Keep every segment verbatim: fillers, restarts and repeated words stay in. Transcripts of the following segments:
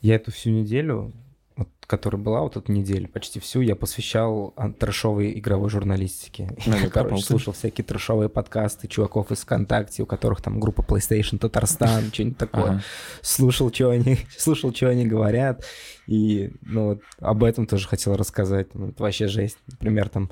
Я эту всю неделю, вот, которая была вот эту неделю, почти всю, я посвящал трэшовой игровой журналистике. Я, короче, слушал всякие трэшовые подкасты чуваков из ВКонтакте, у которых там группа PlayStation Татарстан, что-нибудь такое. Ага. Слушал, что они, слушал, что они говорят. И ну, вот, об этом тоже хотел рассказать. Ну, это вообще жесть. Например, там...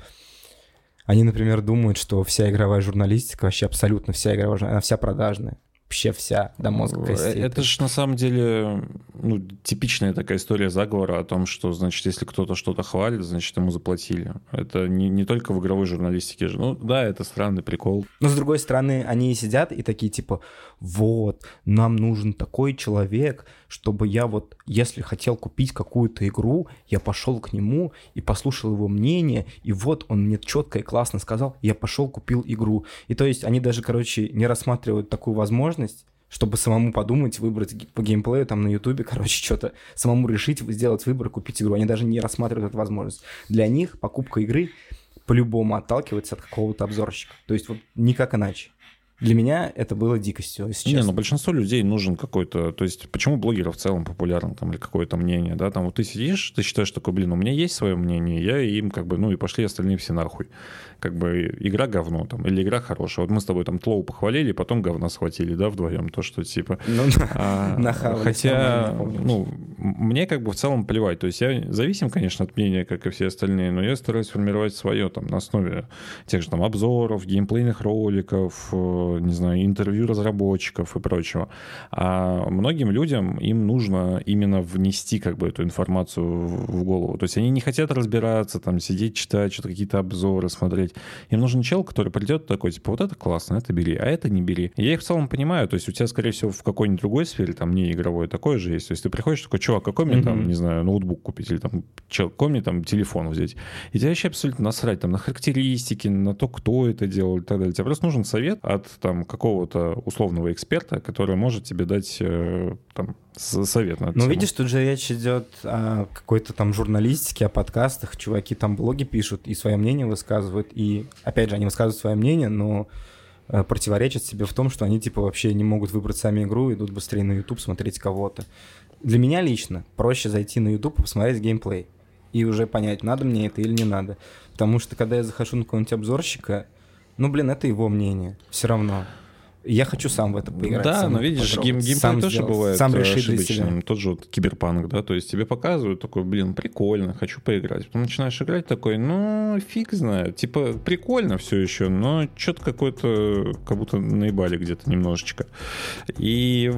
Они, например, думают, что вся игровая журналистика, вообще абсолютно вся игровая журналистика, она вся продажная. Вообще вся, до мозга костей. Это же на самом деле ну, типичная такая история заговора о том, что, значит, если кто-то что-то хвалит, значит, ему заплатили. Это не, не только в игровой журналистике же. Ну да, это странный прикол. Но с другой стороны, они сидят и такие типа, вот, нам нужен такой человек, чтобы я вот, если хотел купить какую-то игру, я пошел к нему и послушал его мнение, и вот он мне четко и классно сказал, я пошел купил игру. И то есть они даже, короче, не рассматривают такую возможность, чтобы самому подумать, выбрать по геймплею там на ютубе, короче, что-то самому решить, сделать выбор, купить игру. Они даже не рассматривают эту возможность. Для них покупка игры по-любому отталкивается от какого-то обзорщика. То есть вот никак иначе. Для меня это было дикостью, если честно. Не, ну большинству людей нужен какой-то... То есть почему блогеры в целом популярны там, или какое-то мнение, да? Там вот ты сидишь, ты считаешь такой, блин, у меня есть свое мнение, я им как бы, ну и пошли остальные все нахуй. Как бы игра говно там, или игра хорошая. Вот мы с тобой там Тлоу похвалили, потом говна схватили, да, вдвоем. То, что типа... Ну, а, нахавались. Хотя, ну, мне как бы в целом плевать. То есть я зависим, конечно, от мнения, как и все остальные, но я стараюсь формировать свое там на основе тех же там обзоров, геймплейных роликов, не знаю, интервью разработчиков и прочего. А многим людям им нужно именно внести как бы эту информацию в голову. То есть они не хотят разбираться, там, сидеть, читать, что-то какие-то обзоры смотреть. Им нужен чел, который придет такой, типа, вот это классно, это бери, а это не бери. И я их в целом понимаю. То есть у тебя, скорее всего, в какой-нибудь другой сфере, там, не игровой, такое же есть. То есть ты приходишь такой, чувак, какой мне mm-hmm. там, не знаю, ноутбук купить, или там, чел, какой мне там телефон взять. И тебе вообще абсолютно насрать там на характеристики, на то, кто это делал и так далее. Тебе просто нужен совет от там какого-то условного эксперта, который может тебе дать э, там совет на это. Ну, видишь, тут же речь идет о какой-то там журналистике, о подкастах. Чуваки там блоги пишут и свое мнение высказывают. И, опять же, они высказывают свое мнение, но э, противоречат себе в том, что они типа вообще не могут выбрать сами игру, идут быстрее на YouTube смотреть кого-то. Для меня лично проще зайти на YouTube и посмотреть геймплей. И уже понять, надо мне это или не надо. Потому что, когда я захожу на какого-нибудь обзорщика, ну, блин, это его мнение. Все равно. Я хочу сам в это поиграть. Да, но видишь, гейм, геймплей сам тоже сделать, бывает сам ошибочным. Тот же вот киберпанк, да, то есть тебе показывают такой, блин, прикольно, хочу поиграть. Потом начинаешь играть такой, ну, фиг знает. Типа, прикольно все еще, но что-то какое-то, как будто наебали где-то немножечко. И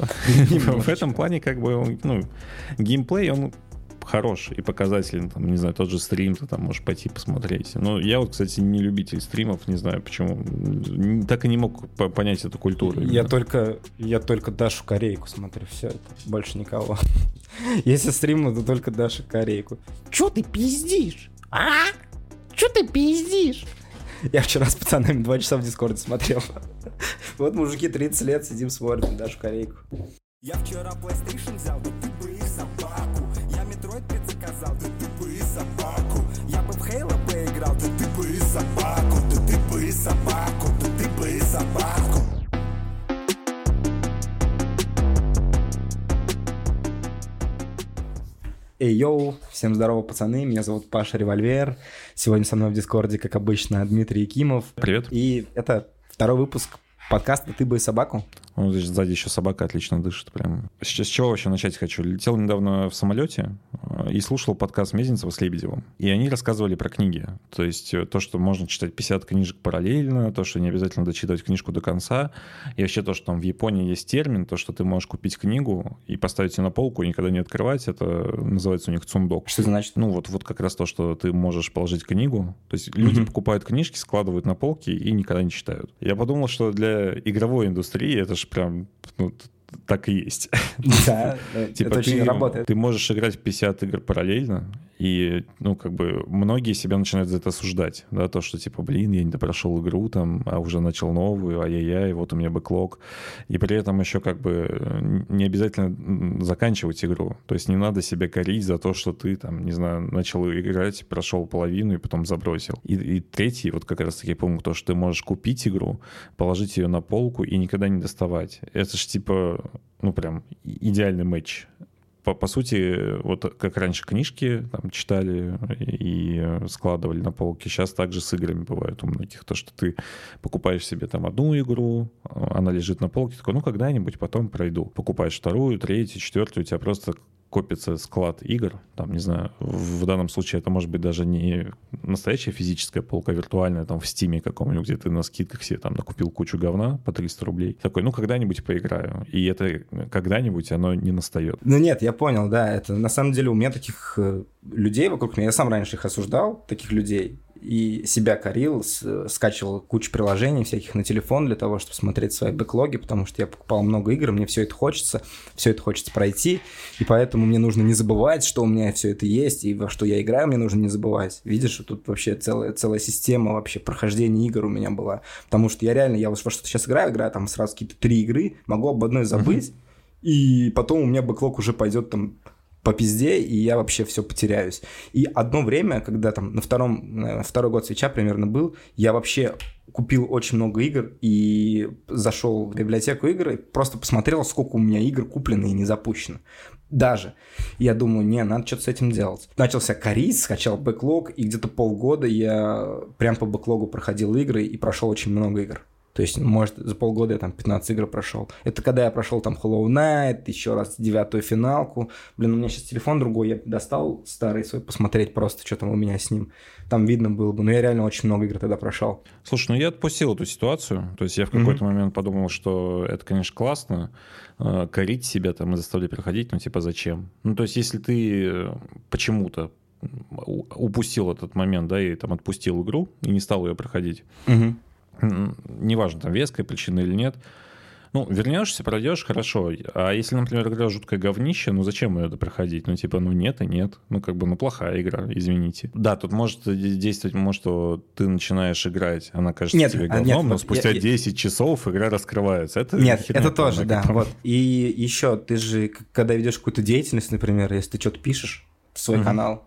в этом плане, как бы, ну, геймплей, он хорош и показательный, там, не знаю, тот же стрим, ты там можешь пойти посмотреть. Но я вот, кстати, не любитель стримов, не знаю почему, так и не мог понять эту культуру. Я только, я только Дашу Корейку смотрю, все это, больше никого. Если стримну, то только Дашу Корейку. Чё ты пиздишь? А? Чё ты пиздишь? Я вчера с пацанами два часа в Дискорде смотрел. Вот мужики тридцать лет сидим, смотрим Дашу Корейку. Я вчера PlayStation взял, да ты бы и собаку. Я Metroid предзаказал, да ты бы и собаку. Я бы в Halo поиграл, да ты бы и собаку. Да ты бы и собаку, да ты бы и собаку. Эй, йоу, всем здорово, пацаны, меня зовут Паша Револьвер. Сегодня со мной в Дискорде, как обычно, Дмитрий Якимов. Привет. И это второй выпуск подкаста «Ты бы и собаку». Ну, здесь сзади еще собака отлично дышит прям. С, с чего вообще начать хочу? Летел недавно в самолете и слушал подкаст Мезенцева с Лебедевым. И они рассказывали про книги. То есть то, что можно читать пятьдесят книжек параллельно, то, что не обязательно дочитывать книжку до конца. И вообще то, что там в Японии есть термин, то, что ты можешь купить книгу и поставить ее на полку и никогда не открывать, это называется у них цундок. Что это значит? Ну, вот, вот как раз то, что ты можешь положить книгу. То есть люди mm-hmm. покупают книжки, складывают на полки и никогда не читают. Я подумал, что для игровой индустрии это же прям... Ну, так и есть. Да, типа это очень работает. Ты можешь играть в пятьдесят игр параллельно, и, ну, как бы, многие себя начинают за это осуждать, да, то, что, типа, блин, я не допрошел игру, там, а уже начал новую, ай-яй-яй, вот у меня бэклог, и при этом еще, как бы, не обязательно заканчивать игру, то есть не надо себя корить за то, что ты, там, не знаю, начал играть, прошел половину и потом забросил. И, и третий, вот как раз-таки пункт, то, что ты можешь купить игру, положить ее на полку и никогда не доставать. Это ж, типа, ну, прям идеальный матч. по, по сути, вот как раньше книжки там читали и складывали на полке, сейчас также с играми бывает у многих. То, что ты покупаешь себе там одну игру, она лежит на полке, такой, ну, когда-нибудь потом пройду. Покупаешь вторую, третью, четвертую, у тебя просто копится склад игр. Там, не знаю, в данном случае это может быть даже не настоящая физическая полка, а виртуальная, там в Стиме каком-нибудь, где ты на скидках себе там накупил кучу говна по триста рублей. Такой, ну, когда-нибудь поиграю. И это когда-нибудь оно не настает. Ну нет, я понял, да. Это на самом деле у меня таких э, людей вокруг меня, я сам раньше их осуждал, таких людей, и себя корил, с, скачивал кучу приложений всяких на телефон для того, чтобы смотреть свои бэклоги, потому что я покупал много игр, мне все это хочется, все это хочется пройти, и поэтому мне нужно не забывать, что у меня все это есть, и во что я играю, мне нужно не забывать. Видишь, тут вообще целая, целая система вообще прохождения игр у меня была, потому что я реально, я во что-то сейчас играю, играю там сразу какие-то три игры, могу об одной забыть, uh-huh. и потом у меня бэклог уже пойдет там по пизде, и я вообще все потеряюсь. И одно время, когда там на втором, второй год свеча примерно был, я вообще купил очень много игр и зашел в библиотеку игр и просто посмотрел, сколько у меня игр куплено и не запущено. Даже. И я думаю, не, надо что-то с этим делать. Начался корить, скачал бэклог, и где-то полгода я прям по бэклогу проходил игры и прошел очень много игр. То есть, может, за полгода я там пятнадцать игр прошел. Это когда я прошел там Hollow Knight, еще раз девятую финалку. Блин, у меня сейчас телефон другой, я достал старый свой посмотреть просто, что там у меня с ним. Там видно было бы, но я реально очень много игр тогда прошел. Слушай, ну я отпустил эту ситуацию. То есть я в какой-то mm-hmm. момент подумал, что это, конечно, классно, э, корить себя там и заставлять проходить, но типа зачем? Ну то есть если ты почему-то упустил этот момент, да, и там отпустил игру и не стал ее проходить, mm-hmm. неважно, там веская причина или нет. Ну, вернешься, пройдешь, хорошо. А если, например, игра жуткое говнище, ну зачем ее проходить? Ну, типа, ну нет и нет. Ну, как бы, ну, плохая игра, извините. Да, тут может действовать, может, что ты начинаешь играть, она кажется нет, тебе говном, нет, но спустя я, десять часов игра раскрывается. Это нет, это тоже, да. Вот. И еще, ты же, когда ведешь какую-то деятельность, например, если ты что-то пишешь в свой uh-huh. канал,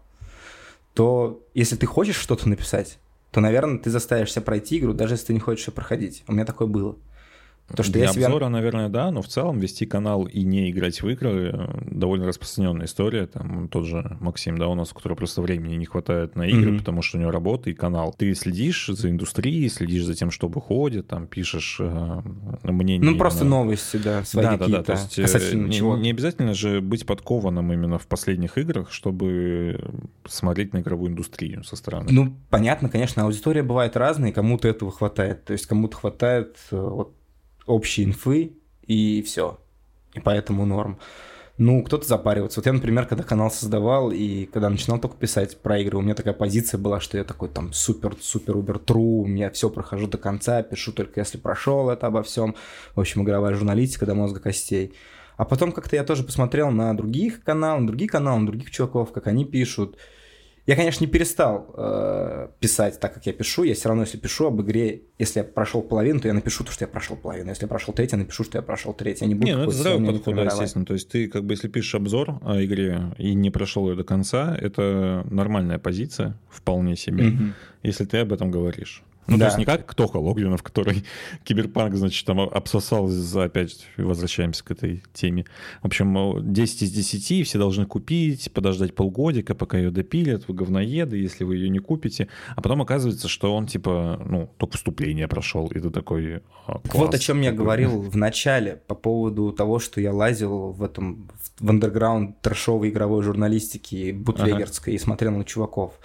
то если ты хочешь что-то написать, то, наверное, ты заставишь себя пройти игру, даже если ты не хочешь ее проходить. У меня такое было. То, что Для себя... обзора, наверное, да, но в целом вести канал и не играть в игры довольно распространенная история. Там тот же Максим, да, у нас, у которого просто времени не хватает на игры, mm-hmm. потому что у него работа и канал. Ты следишь за индустрией, следишь за тем, что выходит, там пишешь э, мнение. Ну, просто на... новости, да, свои да, какие-то. Да, да, то есть не, не обязательно же быть подкованным именно в последних играх, чтобы смотреть на игровую индустрию со стороны. Ну, понятно, конечно, аудитория бывает разная, кому-то этого хватает. То есть кому-то хватает вот общей инфы, и все. И поэтому норм. Ну, кто-то запаривается. Вот я, например, когда канал создавал, и когда начинал только писать про игры, у меня такая позиция была, что я такой там супер-супер-убер-тру, я все прохожу до конца, пишу только если прошел это обо всем. В общем, игровая журналистика до мозга костей. А потом как-то я тоже посмотрел на других каналов, на другие каналы, на других чуваков, как они пишут. Я, конечно, не перестал э, писать так, как я пишу. Я все равно, если пишу об игре, если я прошел половину, то я напишу то, что я прошел половину. Если я прошел треть, я напишу, что я прошел треть. Я не буду. Не, ну это здравый подход, да, естественно. То есть ты, как бы, если пишешь обзор о игре и не прошел ее до конца, это нормальная позиция, вполне себе, mm-hmm. если ты об этом говоришь. Ну, да. То есть не как Ктоха Логвинов, который Киберпанк, значит, там обсосал, за, опять возвращаемся к этой теме. В общем, десять из десяти, все должны купить, подождать полгодика, пока ее допилят, вы говноеды, если вы ее не купите. А потом оказывается, что он, типа, ну, только вступление прошел, и ты такой, класс. Вот о чем я говорил в начале по поводу того, что я лазил в этом, в андерграунд трэшовой игровой журналистики, бутлегерской, ага. и смотрел на чуваков.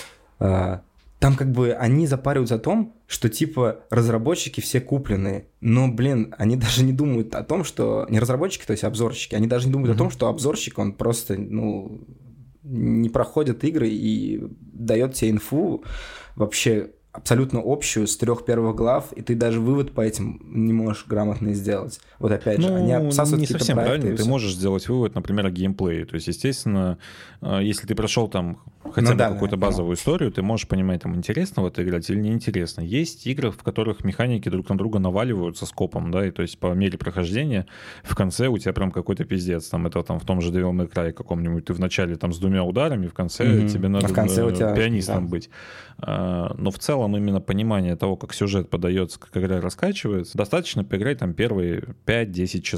Там как бы они запариваются о том, что типа разработчики все купленные, но, блин, они даже не думают о том, что... Не разработчики, то есть обзорщики, они даже не думают mm-hmm. о том, что обзорщик, он просто, ну, не проходит игры и дает тебе инфу вообще абсолютно общую с трех первых глав, и ты даже вывод по этим не можешь грамотно сделать. Вот опять ну, же, они обсасывают не совсем правильно. Ты можешь сделать вывод, например, о геймплее. То есть, естественно, если ты прошел там хотя ну, бы да, какую-то да, базовую да. историю, ты можешь понимать, там, интересно в это играть или неинтересно. Есть игры, в которых механики друг на друга наваливаются скопом, да, и то есть по мере прохождения в конце у тебя прям какой-то пиздец. Там это там в том же Devil May Cry каком-нибудь ты вначале там с двумя ударами, в конце mm-hmm. тебе надо а конце у тебя, пианистом да. быть. Но в целом именно понимание того, как сюжет подается, как игра раскачивается, достаточно поиграть там первые пять-десять часов.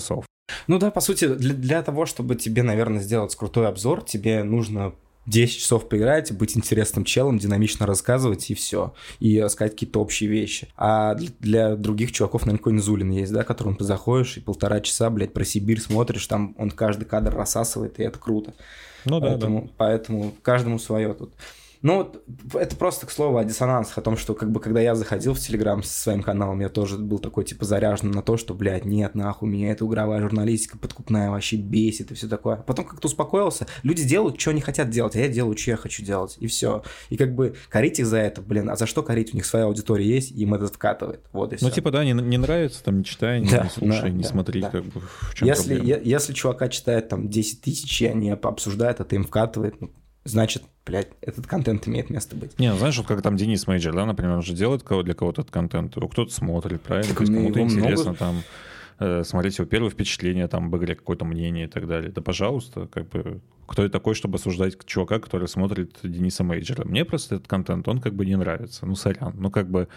Ну да, по сути, для, для того, чтобы тебе, наверное, сделать крутой обзор, тебе нужно десять часов поиграть, быть интересным челом, динамично рассказывать и все. И рассказать какие-то общие вещи. А для, для других чуваков, наверное, какой-нибудь Зулин есть, да, которым ты заходишь и полтора часа, блядь, про Сибирь смотришь, там он каждый кадр рассасывает, и это круто. Ну да, поэтому, да. Поэтому каждому свое тут. Ну, это просто, к слову, о диссонансах, о том, что, как бы, когда я заходил в Телеграм со своим каналом, я тоже был такой, типа, заряжен на то, что, блядь, нет, нахуй, меня эта игровая журналистика подкупная вообще бесит и все такое. Потом как-то успокоился, люди делают, что они хотят делать, а я делаю, что я хочу делать, и все. И, как бы, корить их за это, блин, а за что корить? У них своя аудитория есть, и им это вкатывает, вот и все. Ну, типа, да, не, не нравится, там, не читай, не, да, не слушай, да, не да, смотри, да. как бы, в чем если, проблема. е- если чувака читает, там, десять тысяч, и они обсуждают, это им вкатывает, ну, значит, блядь, этот контент имеет место быть. Не, ну, знаешь, вот как там Денис Мейджор, да, например, он же делает кого для кого-то этот контент, его кто-то смотрит, правильно? Так То есть кому-то его интересно много. там э, смотреть его первые впечатления там об игре, какое-то мнение и так далее. Да, пожалуйста, как бы, кто я такой, чтобы осуждать чувака, который смотрит Дениса Мейджора? Мне просто этот контент, он как бы не нравится. Ну, сорян. Ну, как бы...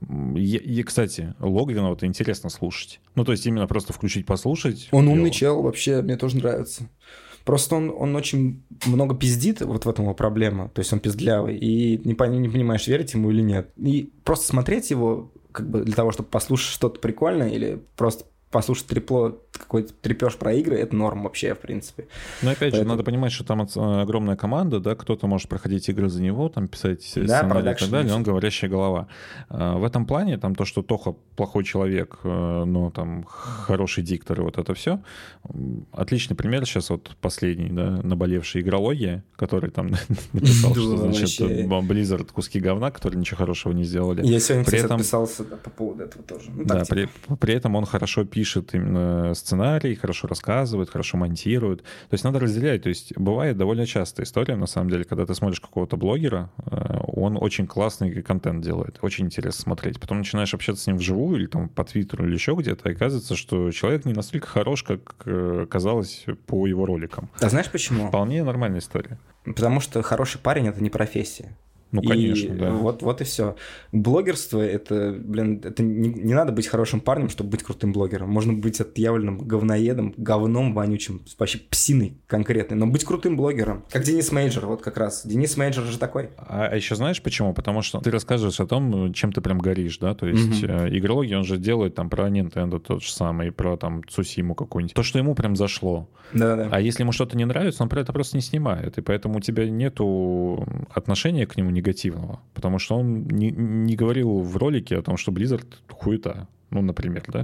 И, и, кстати, Логвина вот интересно слушать. Ну, то есть именно просто включить, послушать. Он его. умный чел, вообще, мне тоже нравится. Просто он, он очень много пиздит, вот в этом его проблема. То есть он пиздлявый, и не, пон- не понимаешь, верить ему или нет. И просто смотреть его, как бы для того, чтобы послушать что-то прикольное, или просто послушать трепло, какой-то трепеж про игры, это норм вообще, в принципе. Но опять Поэтому... же, надо понимать, что там огромная команда, да, кто-то может проходить игры за него, там писать Да, сценарий и так далее, он говорящая голова. В этом плане, там то, что Тоха плохой человек, но там хороший диктор и вот это все, отличный пример сейчас вот последний, да, наболевший Игрология, который там написал, что, значит, Blizzard куски говна, которые ничего хорошего не сделали. Я сегодня, при кстати, этом... отписался да, по поводу этого тоже. Ну, да, так, типа. при, при этом он хорошо пишет именно сценарий, хорошо рассказывает, хорошо монтирует. То есть надо разделять. То есть бывает довольно частая история, на самом деле, когда ты смотришь какого-то блогера, он очень классный контент делает, очень интересно смотреть. Потом начинаешь общаться с ним вживую или там по Твиттеру или еще где-то, и оказывается, что человек не настолько хорош, как казалось по его роликам. А знаешь почему? Вполне нормальная история. Потому что хороший парень — это не профессия. Ну, конечно, и да. Вот, вот и все. Блогерство — это, блин, это не, не надо быть хорошим парнем, чтобы быть крутым блогером. Можно быть отъявленным говноедом, говном вонючим, вообще псиной конкретной, но быть крутым блогером. Как Денис Мейджор, вот как раз. Денис Мейджор же такой. А, а еще знаешь почему? Потому что ты рассказываешь о том, чем ты прям горишь, да? То есть mm-hmm. игрологи он же делает там про Nintendo тот же самый, про там Цусиму какую-нибудь. То, что ему прям зашло. Да-да. А если ему что-то не нравится, он про это просто не снимает. И поэтому у тебя нету отношения к нему негативного. Потому что он не, не говорил в ролике о том, что Blizzard хуета. Ну, например, да?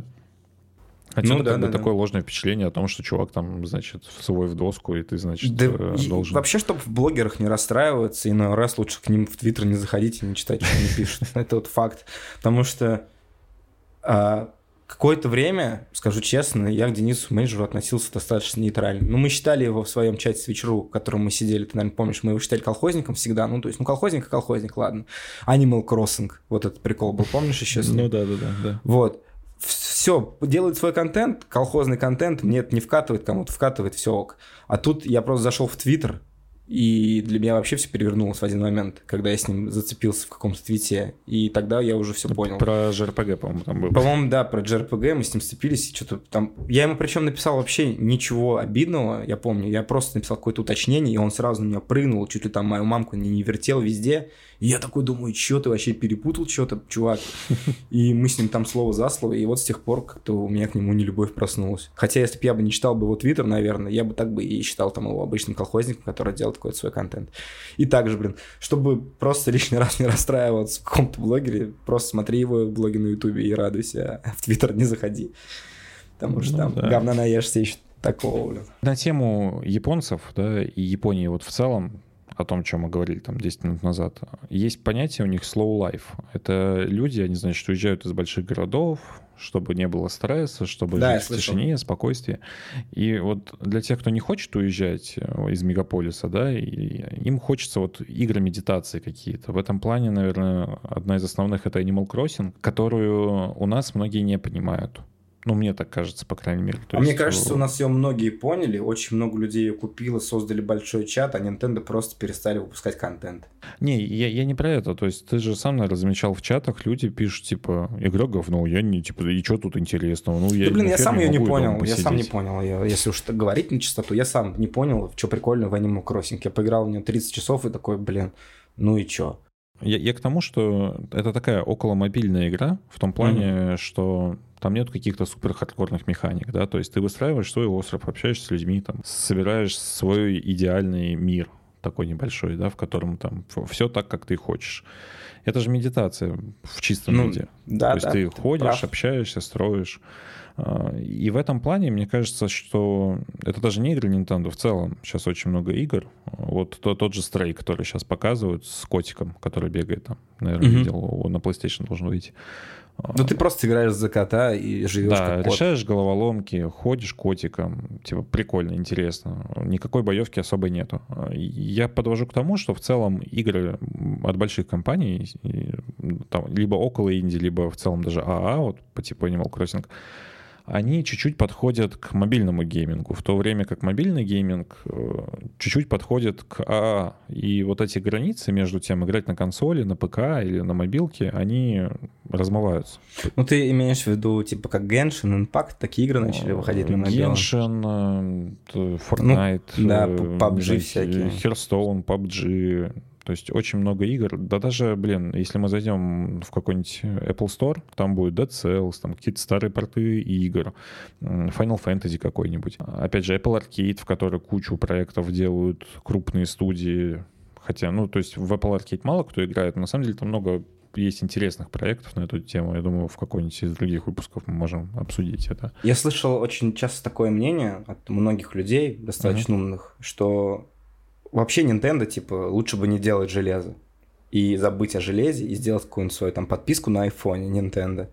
Отсюда ну, да, как бы да, такое да. ложное впечатление о том, что чувак там, значит, свой в доску, и ты, значит, да, должен... Вообще, чтобы в блогерах не расстраиваться, и на раз лучше к ним в Твиттер не заходить и не читать, что они пишут. Это вот факт. Потому что какое-то время, скажу честно, я к Денису Мейджору относился достаточно нейтрально. Ну, мы считали его в своем чате Switch.ru, в котором мы сидели, ты, наверное, помнишь, мы его считали колхозником всегда. Ну, то есть, ну, колхозник и колхозник, ладно. Animal Crossing, вот этот прикол был, помнишь еще с ним? Ну, да-да-да. да. Вот. Все, делает свой контент, колхозный контент, мне это не вкатывает, кому-то вкатывает, все ок. А тут я просто зашел в Твиттер, и для меня вообще все перевернулось в один момент, когда я с ним зацепился в каком-то твите, и тогда я уже все понял. Про джей ар пи джи, по-моему, там был. По-моему, да, про джей ар пи джи мы с ним сцепились, и что-то там... Я ему причем написал вообще ничего обидного, я помню, я просто написал какое-то уточнение, и он сразу на меня прыгнул, чуть ли там мою мамку не, не вертел везде, и я такой думаю, что ты вообще перепутал что-то, чувак? И мы с ним там слово за слово, и вот с тех пор как-то у меня к нему нелюбовь проснулась. Хотя если бы я бы не читал бы его твиттер, наверное, я бы так бы и считал там его обычным колхозником, который делает какой-то свой контент. И также, блин, чтобы просто лишний раз не расстраиваться в каком-то блогере, просто смотри его блоги на ютубе и радуйся, а в твиттер не заходи. Потому что ну, там да. говна наешься еще такого, блин. На тему японцев, да, и Японии вот в целом, о том, о чем мы говорили там десять минут назад, есть понятие у них slow life. Это люди, они, значит, уезжают из больших городов, чтобы не было стресса, чтобы да, жить в тишине, спокойствии. И вот для тех, кто не хочет уезжать из мегаполиса, да, им хочется вот игры медитации какие-то. В этом плане, наверное, одна из основных — это Animal Crossing, которую у нас многие не понимают. Ну, мне так кажется, по крайней мере. То а есть, мне кажется, у нас ее многие поняли, очень много людей ее купило, создали большой чат, а Nintendo просто перестали выпускать контент. Не, я, я не про это. То есть ты же сам, наверное, замечал в чатах, люди пишут, типа, игра говно, я не, типа, и что тут интересного? Ну, я, да, блин, на я сам ее не понял, я сам не посидеть. понял ее. Если уж так говорить на чистоту, я сам не понял, что прикольно в Animal Crossing. Я поиграл в нее тридцать часов и такой, блин, ну и чё? Я, я к тому, что это такая околомобильная игра в том плане, mm-hmm. что там нет каких-то супер хардкорных механик, да, то есть ты выстраиваешь свой остров, общаешься с людьми, там, собираешь свой идеальный мир такой небольшой, да, в котором там все так, как ты хочешь. Это же медитация в чистом ну, виде. Да, то есть да, ты, ты ходишь, прав. общаешься, строишь. И в этом плане, мне кажется, что это даже не игры Nintendo в целом. Сейчас очень много игр. Вот тот, тот же Stray, который сейчас показывают с котиком, который бегает там. Наверное, mm-hmm. видел, он на PlayStation должен выйти. Ну, ты просто играешь за кота и живешь да, как кот. решаешь головоломки, ходишь котиком. Типа, прикольно, интересно. Никакой боевки особой нету. Я подвожу к тому, что в целом игры от больших компаний, там, либо около инди, либо в целом даже АА, вот по типу Animal Crossing, они чуть-чуть подходят к мобильному геймингу, в то время как мобильный гейминг чуть-чуть подходит к АА. И вот эти границы между тем, играть на консоли, на ПК или на мобилке, они размываются. Ну, ты имеешь в виду, типа, как Genshin, Impact, такие игры начали выходить на мобилу? Genshin, Fortnite, ну, да, пабг всякие. Hearthstone, пабг. То есть очень много игр. Да даже, блин, если мы зайдем в какой-нибудь Apple Store, там будет Dead Cells, там какие-то старые порты игр, Final Fantasy какой-нибудь. Опять же, Apple Arcade, в который кучу проектов делают крупные студии. Хотя, ну, то есть в Apple Arcade мало кто играет, но на самом деле там много есть интересных проектов на эту тему. Я думаю, в какой-нибудь из других выпусков мы можем обсудить это. Я слышал очень часто такое мнение от многих людей, достаточно uh-huh. умных, что вообще Nintendo, типа, лучше бы не делать железо и забыть о железе и сделать какую-нибудь свою там подписку на айфоне Nintendo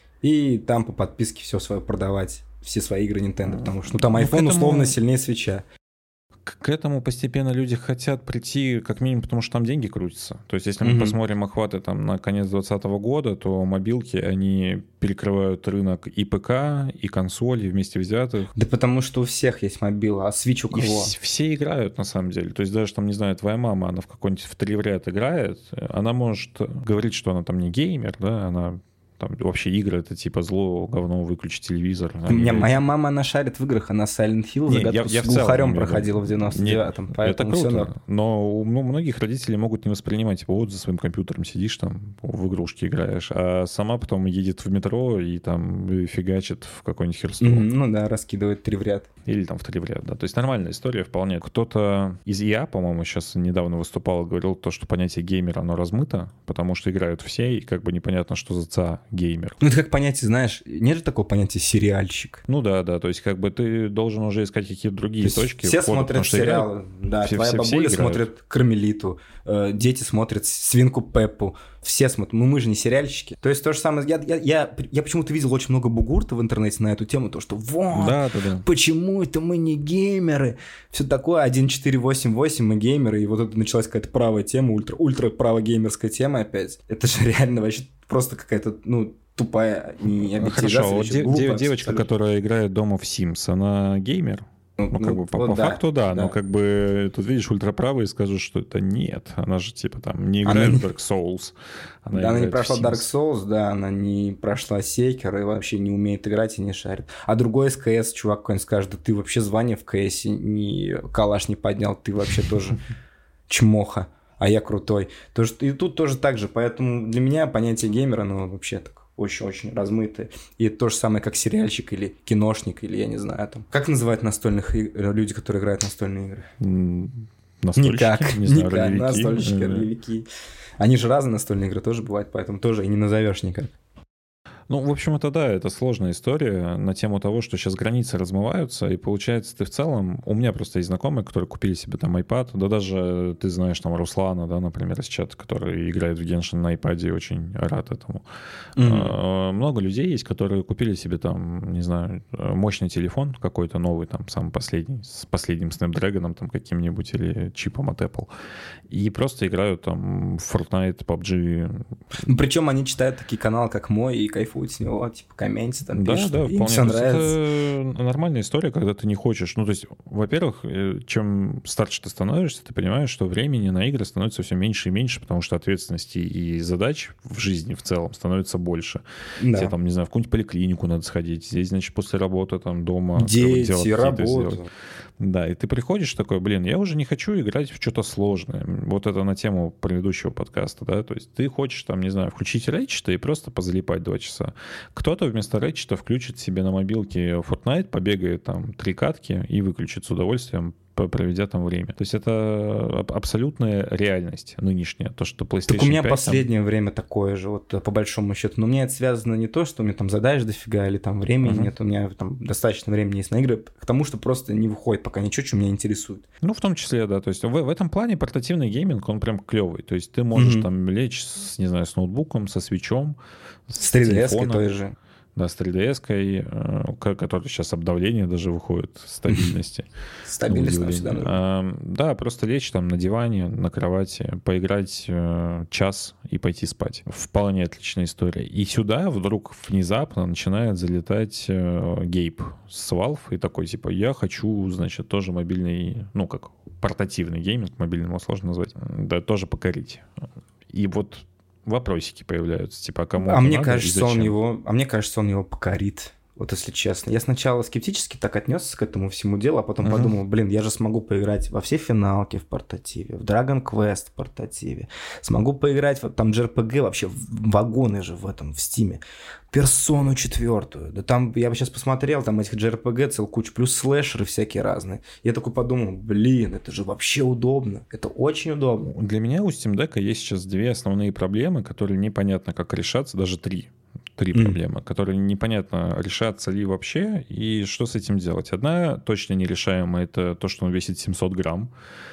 и там по подписке все свое продавать, все свои игры Nintendo, потому что ну, там iPhone ну, этому... условно сильнее свитча. К этому постепенно люди хотят прийти, как минимум, потому что там деньги крутятся. То есть, если мы mm-hmm. посмотрим охваты там на конец двадцатого года, то мобилки, они перекрывают рынок и ПК, и консолей вместе взятых. Да потому что у всех есть мобила, а Switch у кого? И все играют, на самом деле. То есть, даже там, не знаю, твоя мама, она в какой-нибудь в три в ряд играет, она может говорить, что она там не геймер, да, она... Там вообще игры — это типа зло, говно, выключи телевизор. У меня моя мама, она шарит в играх, она Silent Hill не, загадку я, я с глухарем целом, проходила в девяносто девятом, поэтому это круто, все но у многих родителей могут не воспринимать, типа, вот за своим компьютером сидишь, там, в игрушки играешь, а сама потом едет в метро и там фигачит в какой-нибудь Hearthstone. Mm-hmm, ну да, раскидывает три в ряд. Или там в три в ряд, да. То есть нормальная история вполне. Кто-то из и а, по-моему, сейчас недавно выступал и говорил то, что понятие геймера, оно размыто, потому что играют все, и как бы непонятно, что за ца геймер. Ну это как понятие, знаешь, нет же такого понятия сериальщик. Ну да, да, то есть как бы ты должен уже искать какие-то другие то точки. Все входа, смотрят сериалы, играют, да, все, твоя все, бабуля все смотрит Кармелиту, э, дети смотрят Свинку Пеппу, все смотрят, ну мы же не сериальщики. То есть то же самое, я, я, я, я почему-то видел очень много бугурта в интернете на эту тему, то что вот, да, да, да. почему это мы не геймеры, все такое, один четыре восемь восемь мы геймеры, и вот это началась какая-то правая тема, ультра, ультра правогеймерская тема опять. Это же реально вообще просто какая-то, ну, тупая, не объективизация. Хорошо, вот дев- глупая, девочка, абсолютно. Которая играет дома в Sims, она геймер? Ну, ну, как ну, бы, по, вот по да, факту, да, да, но как бы тут, видишь, ультраправые скажут, что это нет. Она же, типа, там, не играет она... в Dark Souls. Она, да, она не прошла Dark Souls, да, она не прошла Sekiro и вообще не умеет играть и не шарит. А другой из КС чувак какой-нибудь скажет, да ты вообще звание в КС не калаш не поднял, ты вообще тоже чмоха, а я крутой. И тут тоже так же, поэтому для меня понятие геймера, ну, вообще так очень-очень размытые. И это то же самое, как сериальщик или киношник, или я не знаю, там. Как называют настольных игр, люди, которые играют в настольные игры? Настольщики? Никак, не знаю, никак. ролевики. Настольщики, ролевики. Они же разные настольные игры тоже бывают, поэтому тоже и не назовешь никак. Ну, в общем, это да, это сложная история на тему того, что сейчас границы размываются, и получается, ты в целом... У меня просто есть знакомые, которые купили себе там iPad, да даже ты знаешь там Руслана, да, например, из чата, который играет в Genshin на iPad и очень рад этому. Mm-hmm. А, много людей есть, которые купили себе там, не знаю, мощный телефон какой-то новый, там, самый последний, с последним Snapdragon там каким-нибудь или чипом от Apple, и просто играют там в Fortnite, пабг. Ну, причем они читают такие каналы, как мой, и кайфуют кайфуют с него, типа, комментят, там, Да, пишут, да, им вполне. все То есть нравится. это нормальная история, когда ты не хочешь. Ну, то есть, во-первых, э, чем старше ты становишься, ты понимаешь, что времени на игры становится все меньше и меньше, потому что ответственности и задач в жизни в целом становится больше. Да. Тебе там, не знаю, в какую-нибудь поликлинику надо сходить, здесь, значит, после работы там дома Дети, дела какие-то работа. сделать. Да, и ты приходишь такой, блин, я уже не хочу играть в что-то сложное. Вот это на тему предыдущего подкаста, да, то есть ты хочешь там, не знаю, включить Ratchet и просто позалипать два часа. Кто-то вместо Ratchet включит себе на мобилке Fortnite, побегает там три катки и выключит с удовольствием, проведя там время. То есть это абсолютная реальность нынешняя, то, что PlayStation Так у меня пять, последнее там... время такое же, вот по большому счету. Но мне это связано не то, что у меня там задач дофига или там времени uh-huh. нет, у меня там достаточно времени есть на игры, к тому, что просто не выходит пока ничего, что меня интересует. Ну, в том числе, да. То есть в, в этом плане портативный гейминг, он прям клевый. То есть ты можешь uh-huh. там лечь, с, не знаю, с ноутбуком, со свитчом, с, с три ди эс-кой той же. Да, с три ди эс-кой, который сейчас обновление даже выходит стабильности. Стабильность нам всегда нужна. Да, просто лечь там на диване, на кровати, поиграть час и пойти спать. Вполне отличная история. И сюда вдруг внезапно начинает залетать Гейб с Valve и такой, типа, я хочу, значит, тоже мобильный, ну, как портативный гейминг, мобильным его сложно назвать, да, тоже покорить. И вот вопросики появляются, типа, кому а мне надо кажется, он его, а мне кажется, он его покорит. Вот если честно. Я сначала скептически так отнесся к этому всему делу, а потом uh-huh. подумал, блин, я же смогу поиграть во все финалки в портативе, в Dragon Quest в портативе, смогу поиграть в там джей ар пи джи, вообще вагоны же в этом, в Стиме, Персону четвертую. Да там, я бы сейчас посмотрел, там этих джей ар пи джи целую кучу, плюс слэшеры всякие разные. Я такой подумал, блин, это же вообще удобно, это очень удобно. Для меня у Steam Deck есть сейчас две основные проблемы, которые непонятно как решаться, даже три. Три mm. проблемы, которые непонятно, решатся ли вообще и что с этим делать. Одна точно нерешаемая — это то, что он весит семьсот грамм.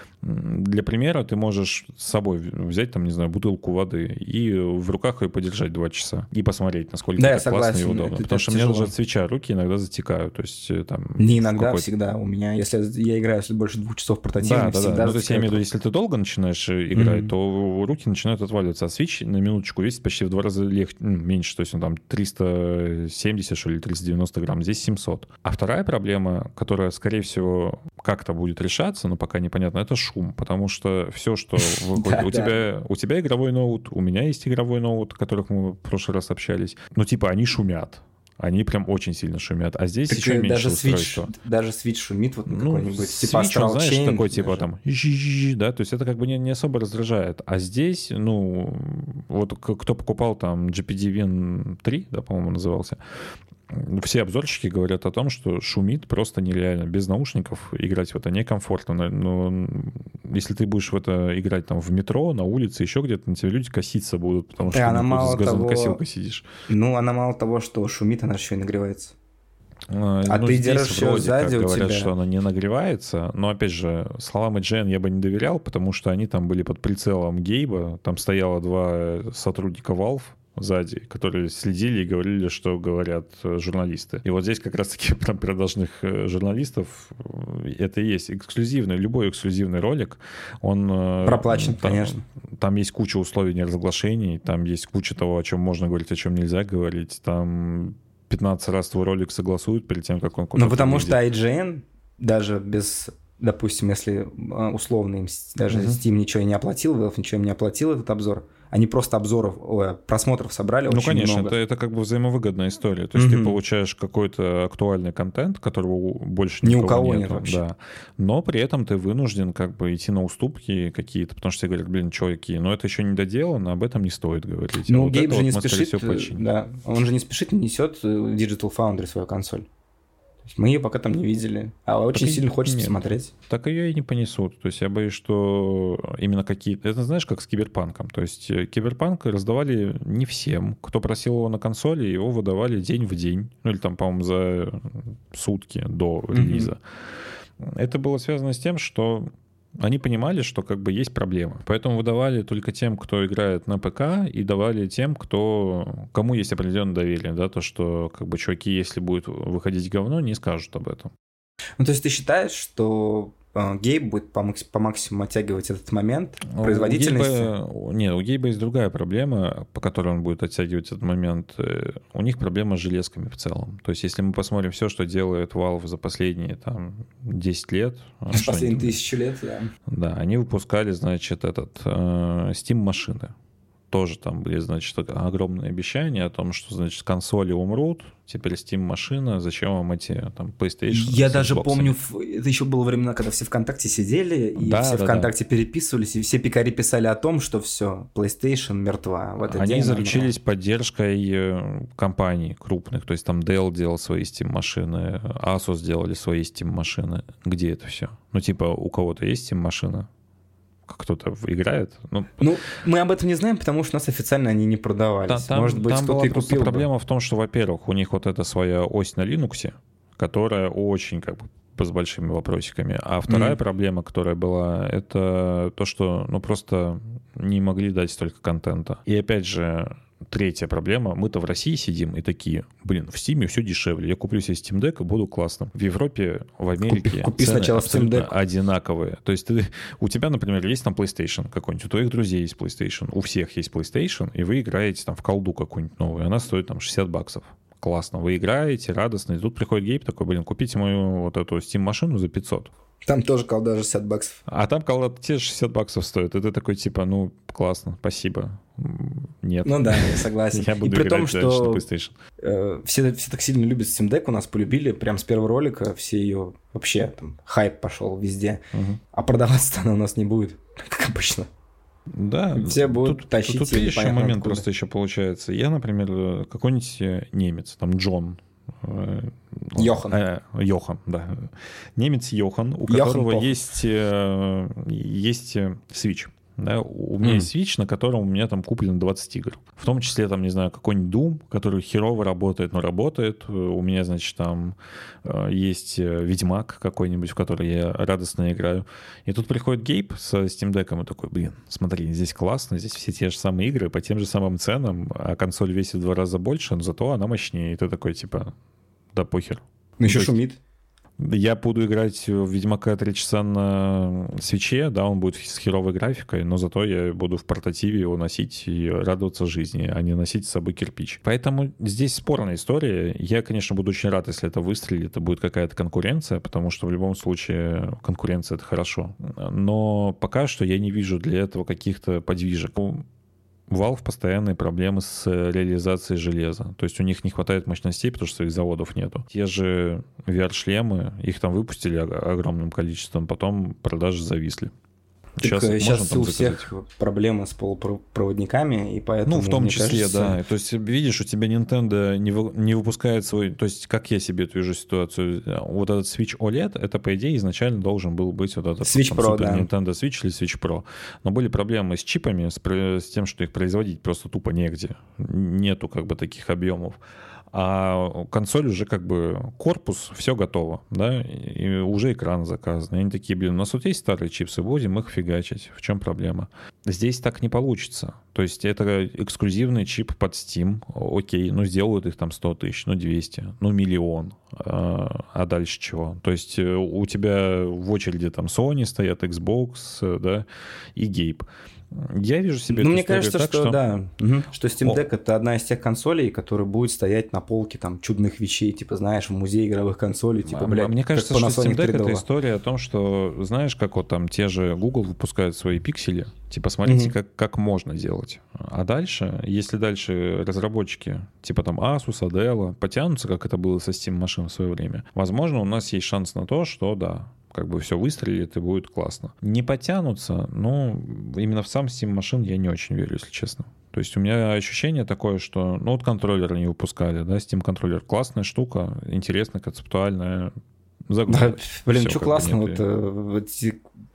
Для примера, ты можешь с собой взять, там, не знаю, бутылку воды и в руках ее подержать два часа и посмотреть, насколько да, это классно и удобно. Это, Потому это что тяжело. у меня даже от свеча руки иногда затекают. То есть, там, не иногда, всегда. У меня, если я играю если больше двух часов портативно, да, всегда да, да. Ну, то есть я имею в виду, если ты долго начинаешь играть, mm-hmm. то руки начинают отваливаться. А свич на минуточку весит почти в два раза легче, ну, меньше. То есть он там триста семьдесят, что ли, триста девяносто грамм. Здесь семьсот. А вторая проблема, которая, скорее всего, как-то будет решаться, но пока непонятно, это шум. Потому что все, что выходит... у, тебя, у тебя игровой ноут, у меня есть игровой ноут, о которых мы в прошлый раз общались. Ну, типа, они шумят. Они прям очень сильно шумят. А здесь так еще меньше даже устройства. Switch, даже Switch шумит вот на ну, какой-нибудь. Switch, типа Astral он, знаешь, Chain, такой, типа, даже. там... Да, то есть это как бы не, не особо раздражает. А здесь, ну... Вот кто покупал там джи пи ди Win три, да, по-моему, назывался, все обзорщики говорят о том, что шумит просто нереально. Без наушников играть в это некомфортно. Но если ты будешь в это играть там в метро, на улице, еще где-то, на тебя люди коситься будут, потому что она мало с газонокосилкой того... сидишь. Ну, она мало того, что шумит, она еще и нагревается. А, а ну, ты держишь ее сзади, как у говорят, тебя... что она не нагревается. Но, опять же, словам и джи эн я бы не доверял, потому что они там были под прицелом Гейба. Там стояло два сотрудника Valve сзади, которые следили и говорили, что говорят журналисты. И вот здесь как раз-таки про продажных журналистов это и есть эксклюзивный, любой эксклюзивный ролик, он... проплачен, там, конечно. Там есть куча условий неразглашений, там есть куча того, о чем можно говорить, о чем нельзя говорить, там пятнадцать раз твой ролик согласуют перед тем, как он куда-то Ну, потому выйдет. что ай джи эн, даже без... Допустим, если условно им даже uh-huh. Steam ничего не оплатил, Valve ничего им не оплатил этот обзор, они просто обзоров, ой, просмотров собрали ну, очень конечно, много. Это, это как бы взаимовыгодная история. То есть mm-hmm. ты получаешь какой-то актуальный контент, которого больше ни у кого нету, нет вообще. Да. Но при этом ты вынужден как бы идти на уступки какие-то, потому что все говорят, блин, чуваки, но это еще не доделано, об этом не стоит говорить. Ну, вот Гейб же вот не спешит, да, он же не спешит, не несет Digital Foundry свою консоль. Мы ее пока там не видели, а очень так сильно и... хочется нет, посмотреть. Так ее и не понесут. То есть я боюсь, что именно какие-то... Это знаешь, как с Киберпанком. То есть Киберпанк раздавали не всем. Кто просил его на консоли, его выдавали день в день. Ну или там, по-моему, за сутки до релиза. Mm-hmm. Это было связано с тем, что они понимали, что как бы есть проблема. Поэтому выдавали только тем, кто играет на ПК, и давали тем, кто, кому есть определенное доверие. Да? То, что как бы чуваки, если будет выходить говно, не скажут об этом. Ну, то есть ты считаешь, что Гейб будет по, макс- по максимуму оттягивать этот момент производительности? У Гейба, нет, у Гейба есть другая проблема, по которой он будет оттягивать этот момент. У них проблема с железками в целом. То есть если мы посмотрим все, что делает Valve за последние там, десять лет... Последние тысячу лет, да. Да, они выпускали, значит, этот Steam-машины. Тоже там были, значит, огромные обещания о том, что, значит, консоли умрут, теперь Steam-машина, зачем вам эти там PlayStation? Я даже помню, это еще было времена, когда все ВКонтакте сидели, и да, все да, ВКонтакте да. переписывались, и все пикари писали о том, что все, PlayStation мертва. В этот Они день заручились она... поддержкой компаний крупных, то есть там Dell делал свои Steam-машины, Asus делали свои Steam-машины. Где это все? Ну, типа, у кого-то есть Steam-машина? Кто-то играет. Ну, ну, мы об этом не знаем, потому что у нас официально они не продавались. Там, Может быть, там кто-то была и просто купил. Проблема бы. в том, что, во-первых, у них вот эта своя ось на Linux, которая очень как бы с большими вопросиками. А вторая mm. проблема, которая была, это то, что ну просто не могли дать столько контента. И опять же, третья проблема. Мы-то в России сидим и такие, блин, в Steam все дешевле. Я куплю себе Steam Deck и буду классным. В Европе, в Америке купи, купи цены сначала абсолютно Steam Deck. одинаковые. То есть ты, у тебя, например, есть там PlayStation какой-нибудь, у твоих друзей есть PlayStation, у всех есть PlayStation, и вы играете там в колду какую-нибудь новую, она стоит там шестьдесят баксов. Классно, вы играете, радостно. И тут приходит Гейб такой, блин, купите мою вот эту Steam-машину за пятьсот. Там тоже колда шестьдесят баксов. А там колда те же шестьдесят баксов стоит. И ты такой, типа, ну, классно, спасибо. Нет. Ну да, я согласен. Я буду и при играть том, что на PlayStation. Э, все, все так сильно любят Steam Deck, у нас полюбили, прям с первого ролика все ее вообще, там, хайп пошел везде. Угу. А продаваться-то она у нас не будет, как обычно. Да, все будут тут, тащить. Тут, тут видишь, еще момент откуда. просто еще получается. Я, например, какой-нибудь немец, там Джон. Йохан. Э, Йохан, да. Немец Йохан, у Йохан которого Пох. есть, э, есть Switch. Да, у меня mm. есть Switch, на котором у меня там куплено двадцать игр. В том числе, там, не знаю, какой-нибудь Doom, который херово работает, но работает. У меня, значит, там есть Ведьмак какой-нибудь, в который я радостно играю. И тут приходит Гейб с Steam Deck'ом и такой, блин, смотри, здесь классно, здесь все те же самые игры по тем же самым ценам, а консоль весит в два раза больше, но зато она мощнее. И ты такой, типа, да похер. Ну еще шумит. Я буду играть в Ведьмака три часа на свитче, да, он будет с херовой графикой, но зато я буду в портативе его носить и радоваться жизни, а не носить с собой кирпич. Поэтому здесь спорная история. Я, конечно, буду очень рад, если это выстрелит, это будет какая-то конкуренция, потому что в любом случае конкуренция — это хорошо. Но пока что я не вижу для этого каких-то подвижек. У Valve постоянные проблемы с реализацией железа. То есть у них не хватает мощностей, потому что своих заводов нету. Те же ви ар-шлемы, их там выпустили огромным количеством, потом продажи зависли. Так сейчас, сейчас у всех проблемы с полупроводниками, и поэтому... Ну, в том числе, кажется... да. То есть, видишь, у тебя Nintendo не, вы, не выпускает свой... То есть, как я себе эту вижу ситуацию? Вот этот Switch о лед, это, по идее, изначально должен был быть вот этот Switch там, Pro, Super да. Nintendo Switch или Switch Pro. Но были проблемы с чипами, с, с тем, что их производить просто тупо негде. Нету как бы таких объемов. А консоль уже как бы корпус, все готово, да, и уже экран заказан. И они такие, блин, у нас вот есть старые чипсы, будем их фигачить. В чем проблема? Здесь так не получится. То есть это эксклюзивный чип под Steam, окей, ну сделают их там сто тысяч, ну двести, ну миллион. А дальше чего? То есть у тебя в очереди там Sony стоят, Xbox, да, и Гейб. Я вижу себе... Ну, мне кажется, так, что, что да, угу. что Steam Deck — О. это одна из тех консолей, которая будет стоять на полке там чудных вещей, типа, знаешь, в музее игровых консолей, типа, блядь, мне кажется, как что Steam Deck — это три ди эл. история о том, что, знаешь, как вот там те же Google выпускают свои пиксели, типа, смотрите, угу. как, как можно делать. А дальше, если дальше разработчики, типа там Asus, Dell, потянутся, как это было со Steam машин в свое время, возможно, у нас есть шанс на то, что, да, как бы все выстрелит и будет классно. Не потянутся, но именно в сам Steam машин я не очень верю, если честно. То есть у меня ощущение такое, что, ну вот контроллеры не выпускали, да, Steam контроллер классная штука, интересная, концептуальная. Да, блин, что классно, вот, вот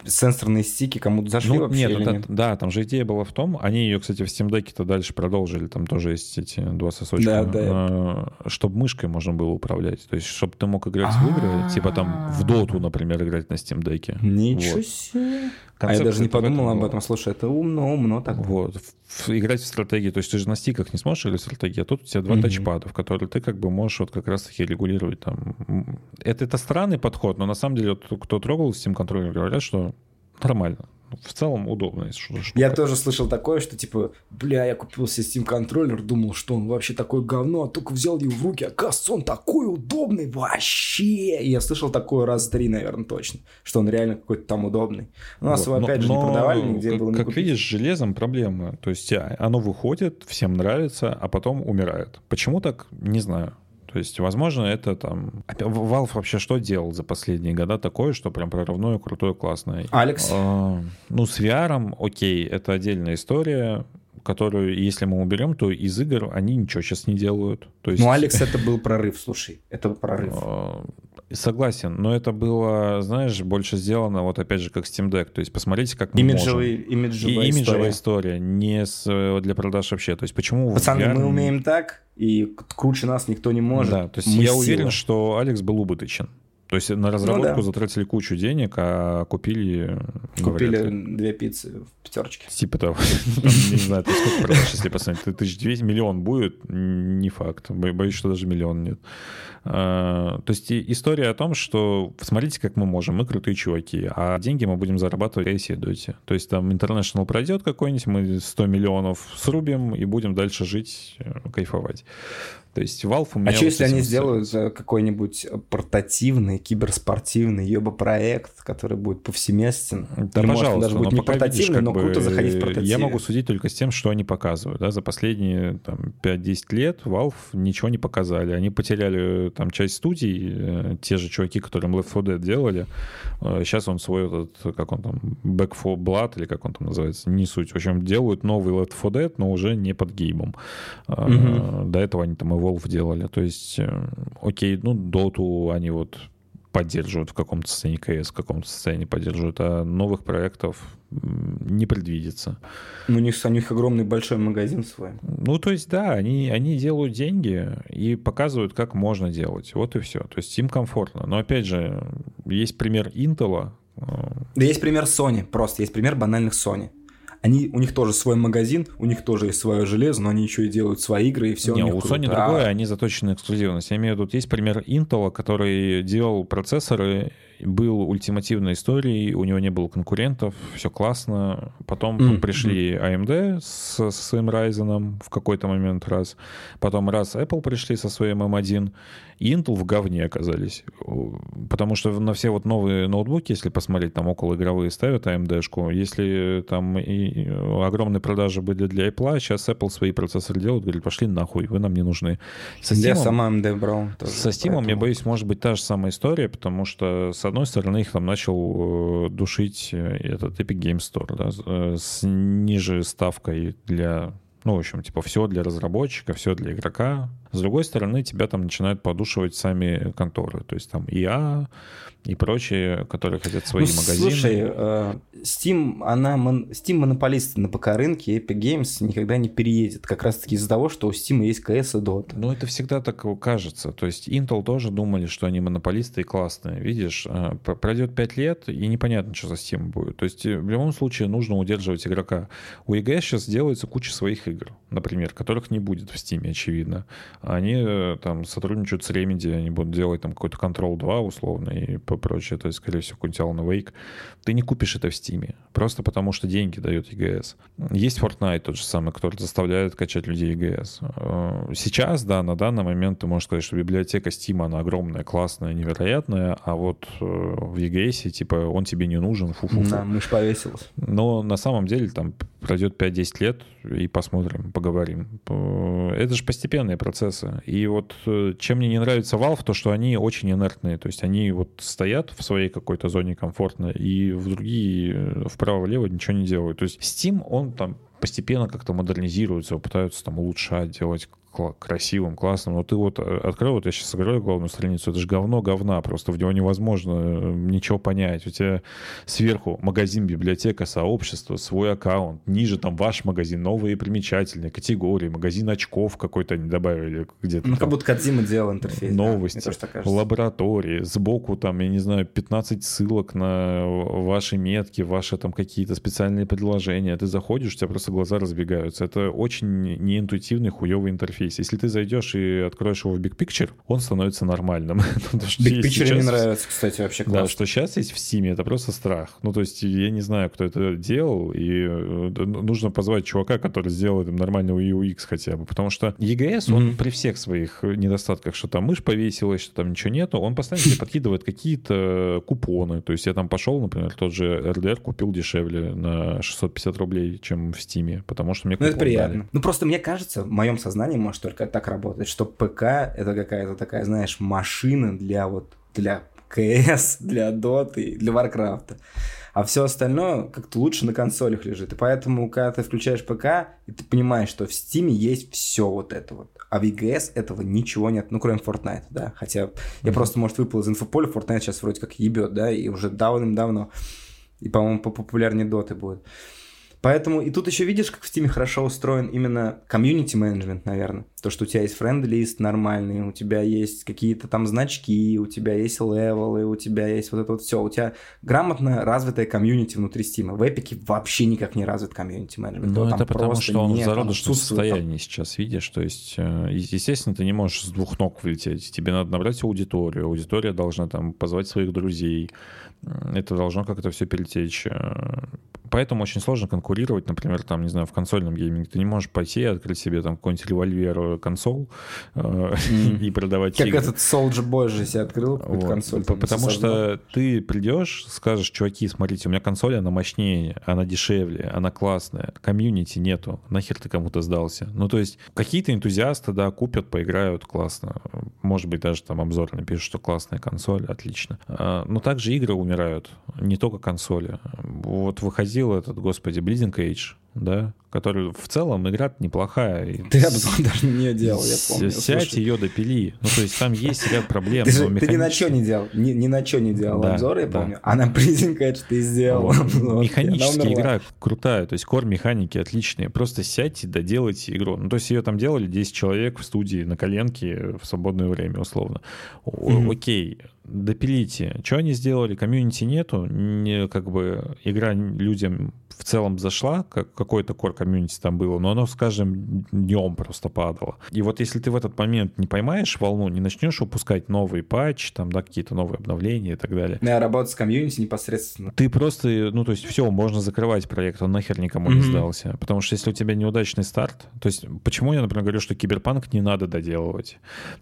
сенсорные стики кому-то зашли ну, вообще нет, или это, нет? Да, там же идея была в том, они ее, кстати, в Steam Deck'е-то дальше продолжили, там тоже есть эти два сосочка, Да, да. чтобы мышкой можно было управлять, то есть чтобы ты мог играть в игры, типа там в Доту, например, играть на Steam Deck'е. Ничего Вот. себе. А я даже не Концепция-то в подумал об была. этом. Слушай, это умно, умно так. Вот. В- играть в стратегии. То есть ты же на стиках не сможешь играть в стратегии, а тут у тебя два Мгм. тачпада, в которые ты как бы можешь вот как раз-таки регулировать там. М, Это, это странный подход, но на самом деле, вот, кто трогал Steam контроллер, говорят, что нормально. В целом удобная штука. Я тоже слышал такое, что типа, бля, я купил себе Steam контроллер, думал, что он вообще такое говно, а только взял его в руки, оказывается, он такой удобный вообще. И я слышал такое раз три, наверное, точно, что он реально какой-то там удобный. У нас Вот. его опять Но- же не но, продавали, нигде как, было не как купить. видишь, с железом проблема. То есть а, оно выходит, всем нравится, а потом умирает. Почему так? Не знаю. То есть, возможно, это там... Опять, Valve вообще что делал за последние года такое, что прям прорывное, крутое, классное? Алекс? А, ну, с ви ар, окей, это отдельная история, которую, если мы уберем, то из игр они ничего сейчас не делают. То есть, Ну, Алекс, это был прорыв, слушай, это был прорыв. а, Согласен, но это было, знаешь, больше сделано, вот опять же, как Steam Deck. То есть посмотрите, как мы Имиджевый, можем. имиджевая И имиджевая история. история, не с, для продаж вообще. То есть почему... в Пацаны, ви ар мы умеем так, и круче нас никто не может. Да, то есть Мы я сила. уверен, что Алекс был убыточен. То есть на разработку Ну да. затратили кучу денег, а купили... Купили вряд ли. две пиццы в пятерочке. Типа того. Там, не знаю, ты сколько продашь, если посмотреть. Ты тысяч двести, миллион будет? Не факт. Бо- Боюсь, что даже миллион нет. А, То есть и история о том, что смотрите, как мы можем, мы крутые чуваки, а деньги мы будем зарабатывать в си и Доте. То есть там International пройдет какой-нибудь, мы сто миллионов срубим и будем дальше жить, э, кайфовать. То есть Valve у меня... А что, вот если с этим они история. сделают э, какой-нибудь портативный, киберспортивный ёба-проект, который будет повсеместен? Да, Или, может, пожалуйста, даже будет но не пока видишь, портативный, как но бы, круто заходить в портативе. Я могу судить только с тем, что они показывают. Да? За последние там, пять-десять лет Valve ничего не показали. Они потеряли там часть студий, э, те же чуваки, которые Left four Dead делали. Э, Сейчас он свой этот, как он там, Back four Blood, или как он там называется, не суть. В общем, делают новый Left four Dead, но уже не под геймом. Э, Мгм. До этого они там Evolve делали. То есть, э, окей, ну, Доту они вот поддерживают в каком-то состоянии, КС в каком-то состоянии поддерживают, а новых проектов м, не предвидится. Ну, у них, у них огромный большой магазин свой. Ну, то есть, да, они, они делают деньги и показывают, как можно делать. Вот и все. То есть им комфортно. Но, опять же, есть пример Intel. Да есть пример Sony, просто есть пример банальных Sony. Они, у них тоже свой магазин, у них тоже есть свое железо, но они еще и делают свои игры, и все Не, у них у круто. Sony А другое, они заточены на эксклюзивность. Я имею в виду, тут есть пример Intel, который делал процессоры, был ультимативной историей, у него не было конкурентов, все классно. Потом Мгм. пришли эй эм ди со, со своим Ryzen в какой-то момент раз. Потом раз Apple пришли со своим эм один, и Intel в говне оказались. Потому что на все вот новые ноутбуки, если посмотреть, там околоигровые ставят эй эм ди-шку, если там и огромные продажи были для Apple, сейчас Apple свои процессоры делают, говорит, пошли нахуй, вы нам не нужны. Со Я Steam, сама эм ди брал. тоже, со Steam, я поэтому- боюсь, может быть та же самая история, потому что, с одной стороны, их там начал э, душить э, этот Epic Games Store, да, с, э, с ниже ставкой для... Ну, в общем, типа, все для разработчика, все для игрока. С другой стороны, тебя там начинают подушивать сами конторы. То есть там и эй, и прочие, которые хотят свои Ну, магазины. слушай, э, Steam, она, мон- Steam монополист на ПК-рынке, Epic Games никогда не переедет. Как раз-таки из-за того, что у Steam есть си эс и Dota. Ну, это всегда так кажется. То есть Intel тоже думали, что они монополисты и классные. Видишь, э, п- пройдет пять лет, и непонятно, что за Steam будет. То есть э, в любом случае нужно удерживать игрока. У и джи эс сейчас делается куча своих игр, например, которых не будет в Steam, очевидно. Они э, там сотрудничают с Remedy, они будут делать там какой-то Control два условно и прочее. То есть, скорее всего, какой-нибудь Alan Wake. Ты не купишь это в Steam, просто потому что деньги дает и джи эс. Есть Fortnite тот же самый, который заставляет качать людей и джи эс. Э, Сейчас, да, на данный момент ты можешь сказать, что библиотека Steam, она огромная, классная, невероятная, а вот э, в и джи эс, типа, он тебе не нужен, фу-фу-фу. Да, мышь повесилась. Но на самом деле там пройдет пять-десять лет, и посмотрим, поговорим. Э, Это же постепенные процессы. И вот э, чем мне не нравится Valve, то, что они очень инертные. То есть они вот стоят в своей какой-то зоне комфортно, и в другие, э, вправо-влево ничего не делают. То есть Steam, он там постепенно как-то модернизируется, пытаются там улучшать, делать кла- красивым, классным, но ты вот открыл, вот я сейчас открою главную страницу, это же говно говна, просто в него невозможно ничего понять. У тебя сверху магазин, библиотека, сообщество, свой аккаунт, ниже там ваш магазин, новые примечательные категории, магазин очков какой-то они добавили где-то. Ну, как будто Кодзима делал интерфейс. Новости, да, лаборатории, сбоку там, я не знаю, пятнадцать ссылок на ваши метки, ваши там какие-то специальные предложения. Ты заходишь, у тебя просто глаза разбегаются. Это очень неинтуитивный, хуёвый интерфейс. Если ты зайдешь и откроешь его в Big Picture, он становится нормальным. Big Picture мне нравится, кстати, вообще классно. Да, что сейчас есть в Steam, это просто страх. Ну, то есть я не знаю, кто это делал, и нужно позвать чувака, который сделал им нормального ю экс хотя бы, потому что и джи эс, он mm-hmm. при всех своих недостатках, что там мышь повесилась, что там ничего нету, он постоянно тебе подкидывает какие-то купоны. То есть я там пошел, например, тот же эр ди ар купил дешевле на шестьсот пятьдесят рублей, чем в Steam, потому что мне купон Ну, это приятно. дали. Ну, просто мне кажется, в моем сознании может только так работать, что ПК — это какая-то такая, знаешь, машина для вот, для КС, для Доты, для Варкрафта. А все остальное как-то лучше на консолях лежит. И поэтому, когда ты включаешь ПК, и ты понимаешь, что в Steam есть все вот это вот. А в и джи эс этого ничего нет, ну, кроме Fortnite, да. Хотя mm-hmm. я просто, может, выпал из инфополя, Fortnite сейчас вроде как ебет, да, и уже давным-давно. И, по-моему, популярнее Доты будет. Поэтому и тут еще видишь, как в Steam хорошо устроен именно комьюнити-менеджмент, наверное. То, что у тебя есть френд-лист нормальный, у тебя есть какие-то там значки, у тебя есть левелы, у тебя есть вот это вот все. У тебя грамотно развитая комьюнити внутри Steam. В Эпике вообще никак не развит комьюнити-менеджмент. Ну, это потому, что он в зародышном состоянии сейчас, видишь. То есть, естественно, ты не можешь с двух ног влететь. Тебе надо набрать аудиторию. Аудитория должна там позвать своих друзей. Это должно как-то все перетечь. Поэтому очень сложно конкурировать, например, там, не знаю, в консольном гейминге. Ты не можешь пойти и открыть себе там какой-нибудь револьвер консоль э, mm. и продавать как игры. Как этот Soldier Boy же себе открыл какую-то вот. консоль. Там, Потому что ты придешь, скажешь, чуваки, смотрите, у меня консоль, она мощнее, она дешевле, она классная, комьюнити нету, нахер ты кому-то сдался. Ну, то есть какие-то энтузиасты, да, купят, поиграют, классно. Может быть, даже там обзор напишут, что классная консоль, отлично. Но также игры умирают, не только консоли. Вот выходил этот, господи, Bleeding Edge, да, который в целом игра неплохая. Ты обзор даже на нее делал, я помню. Сядь ее допили. Ну, то есть там есть ряд проблем. Ты, же, ты ни на что не делал, ни, ни на что не делал да, обзор, я да. помню. А на Bleeding Edge ты сделал. Вот. Вот. Механически игра крутая, то есть кор механики отличные. Просто сядьте, доделайте игру. Ну, то есть ее там делали десять человек в студии на коленке в свободное время, условно. Mm-hmm. Окей. Допилите. Что они сделали? Комьюнити нету. Не, как бы игра людям в целом зашла, как, какой-то кор комьюнити там было, но оно с каждым днем просто падало. И вот если ты в этот момент не поймаешь волну, не начнешь выпускать новый патч, там, да, какие-то новые обновления и так далее. Да, работать с комьюнити непосредственно. Ты просто, ну, то есть все, можно закрывать проект, он нахер никому mm-hmm. не сдался. Потому что если у тебя неудачный старт, то есть почему я, например, говорю, что Киберпанк не надо доделывать?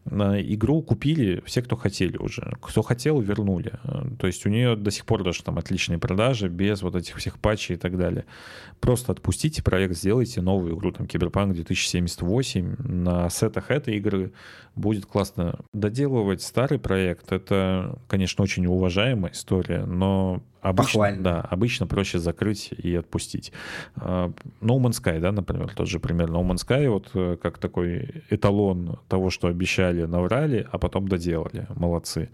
Игру купили все, кто хотели уже. Кто хотел, вернули. То есть у нее до сих пор даже там отличные продажи, без вот этих всех патчей и так далее. Просто отпустите проект, сделайте новую игру, там, Киберпанк две тысячи семьдесят восемь, на сетах этой игры будет классно. Доделывать старый проект, это, конечно, очень уважаемая история, но обычно, да, обычно проще закрыть и отпустить. No Man's Sky, да, например, тот же пример. No Man's Sky вот как такой эталон того, что обещали, наврали, а потом доделали. Молодцы.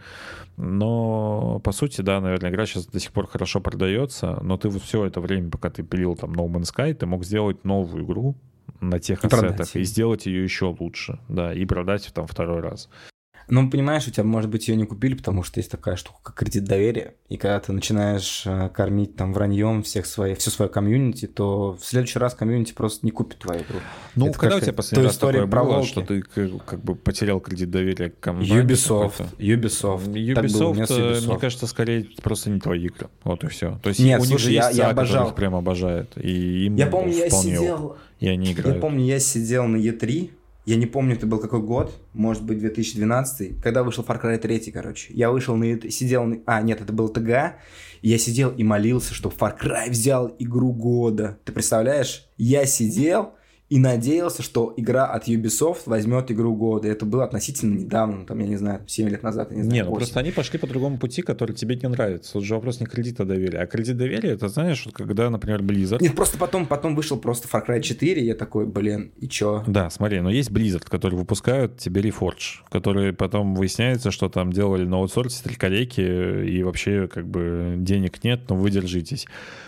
Но, по сути, да, наверное, игра сейчас до сих пор хорошо продается, но ты вот все это время, пока ты пилил там No Man's Sky, ты мог сделать новую игру на тех ассетах и сделать ее еще лучше, да, и продать там второй раз. Ну, понимаешь, у тебя, может быть, ее не купили, потому что есть такая штука, как кредит доверия, и когда ты начинаешь кормить там враньем всех своих, всю свою комьюнити, то в следующий раз комьюнити просто не купит твою игру. Ну, это когда у тебя последний раз такое было, что ты как бы потерял кредит доверия к компании? Ubisoft. Ubisoft. Ubisoft, Ubisoft, мне кажется, скорее просто не твои игры. Вот и все. То есть Нет, у слушай, них я, есть я ЦА, обожал. Их прям обожает. И им я помню, я вполне сидел... И они играют. Я помню, я сидел на и три. Я не помню, это был какой год, может быть, две тысячи двенадцатый, когда вышел Far Cry три, короче. Я вышел на... сидел на... А, нет, это был ТГ. Я сидел и молился, чтобы Far Cry взял игру года. Ты представляешь? Я сидел и надеялся, что игра от Ubisoft возьмет игру года. Это было относительно недавно, там, я не знаю, семь лет назад, я не знаю. Не, ну просто они пошли по другому пути, который тебе не нравится. Тут же вопрос не кредита доверия. А кредит доверия, это знаешь, вот когда, например, Blizzard... Нет, просто потом, потом вышел просто Far Cry четыре, и я такой, блин, и чё? Да, смотри, но есть Blizzard, который выпускают тебе Reforge, которые потом выясняется, что там делали на аутсорсе триколейки, и вообще как бы денег нет, но вы держитесь.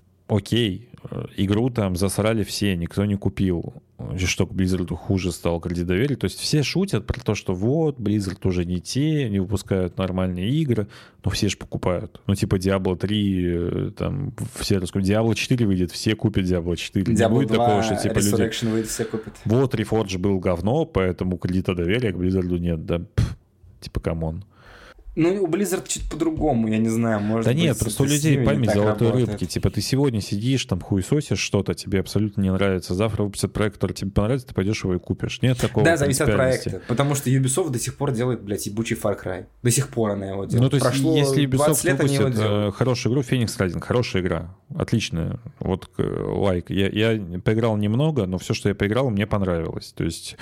Окей, игру там засрали все, никто не купил. Что к Blizzard хуже стал кредит доверия. То есть все шутят про то, что вот, Blizzard уже не те, не выпускают нормальные игры, но все же покупают. Ну, типа Diablo три, там, все раскупят. Diablo четыре выйдет, все купят Diablo четыре. Diablo не будет два, такого, что типа Resurrection люди... выйдет, все купят. Вот, Reforge был говно, поэтому кредита доверия к Blizzard нет. Да, пф, типа, камон. Ну, у Blizzard чуть по-другому, я не знаю, может да быть... Да нет, просто у людей память золотой рыбки. Типа ты сегодня сидишь, там хуесосишь что-то, тебе абсолютно не нравится. Завтра выпустят проект, который тебе понравится, ты пойдешь его и купишь. Нет такого. Да, зависит от проекта. Потому что Ubisoft до сих пор делает, блядь, ебучий Far Cry. До сих пор она его делает. Ну, то есть, Прошло если двадцать Ubisoft лет, они его выпустит делают. хорошую игру, Phoenix Rising, хорошая игра, отличная. Вот лайк. Я, я поиграл немного, но все, что я поиграл, мне понравилось. То есть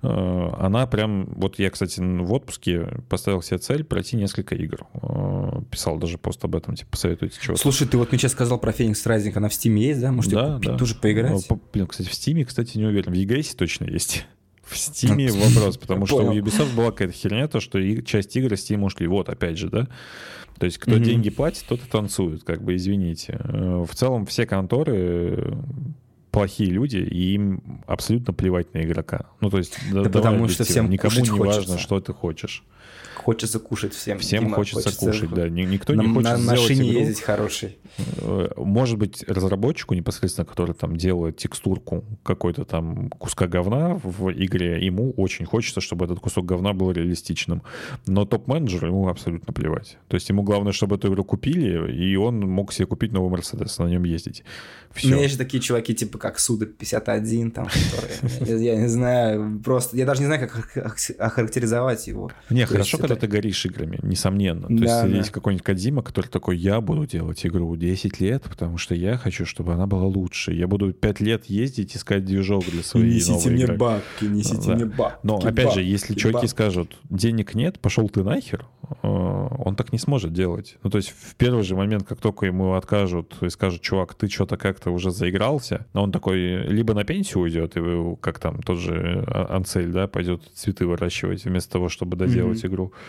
э, она прям... Вот я, кстати, в отпуске поставил себе цель пройти несколько игр. Писал даже пост об этом, типа, посоветуйте чего-то. Слушай, ты вот мне сейчас сказал про Phoenix Rising, она в Steam есть, да? Может, да, купить, да. тоже поиграть? Ну, блин, кстати, в Steam, кстати, не уверен. В Егосе точно есть. В Steam вопрос, потому что у Ubisoft была какая-то херня, то, что часть игр из Steam ушли. Вот, опять же, да? То есть, кто mm-hmm. деньги платит, тот и танцует, как бы, извините. В целом, все конторы... плохие люди, и им абсолютно плевать на игрока. Ну, то есть, да потому что всем никому не хочется. важно, что ты хочешь. Хочется кушать всем. Всем Дима, хочется, хочется кушать, да. Никто на, не хочет на сделать машине игру. ездить хороший. Может быть, разработчику непосредственно, который там делает текстурку какой-то там куска говна в игре, ему очень хочется, чтобы этот кусок говна был реалистичным. Но топ-менеджеру ему абсолютно плевать. То есть ему главное, чтобы эту игру купили, и он мог себе купить новый Мерседес, на нем ездить. Все. У меня есть же такие чуваки, типа как Суда пятьдесят один, там, которые, я не знаю, просто, я даже не знаю, как охарактеризовать его. Не, хорошо, когда ты горишь играми, несомненно. То есть есть какой-нибудь Кодзима, который такой, я буду делать игру десять лет, потому что я хочу, чтобы она была лучше. Я буду пять лет ездить, искать движок для своей несите новой мне игры. бабки, несите да. мне бабки. Но, опять бабки, же, если бабки. чуваки скажут, денег нет, пошел ты нахер, он так не сможет делать. Ну, то есть в первый же момент, как только ему откажут и скажут, чувак, ты что-то как-то уже заигрался, но он такой либо на пенсию уйдет, и как там тот же Анцель, да, пойдет цветы выращивать вместо того, чтобы доделать mm-hmm. игру,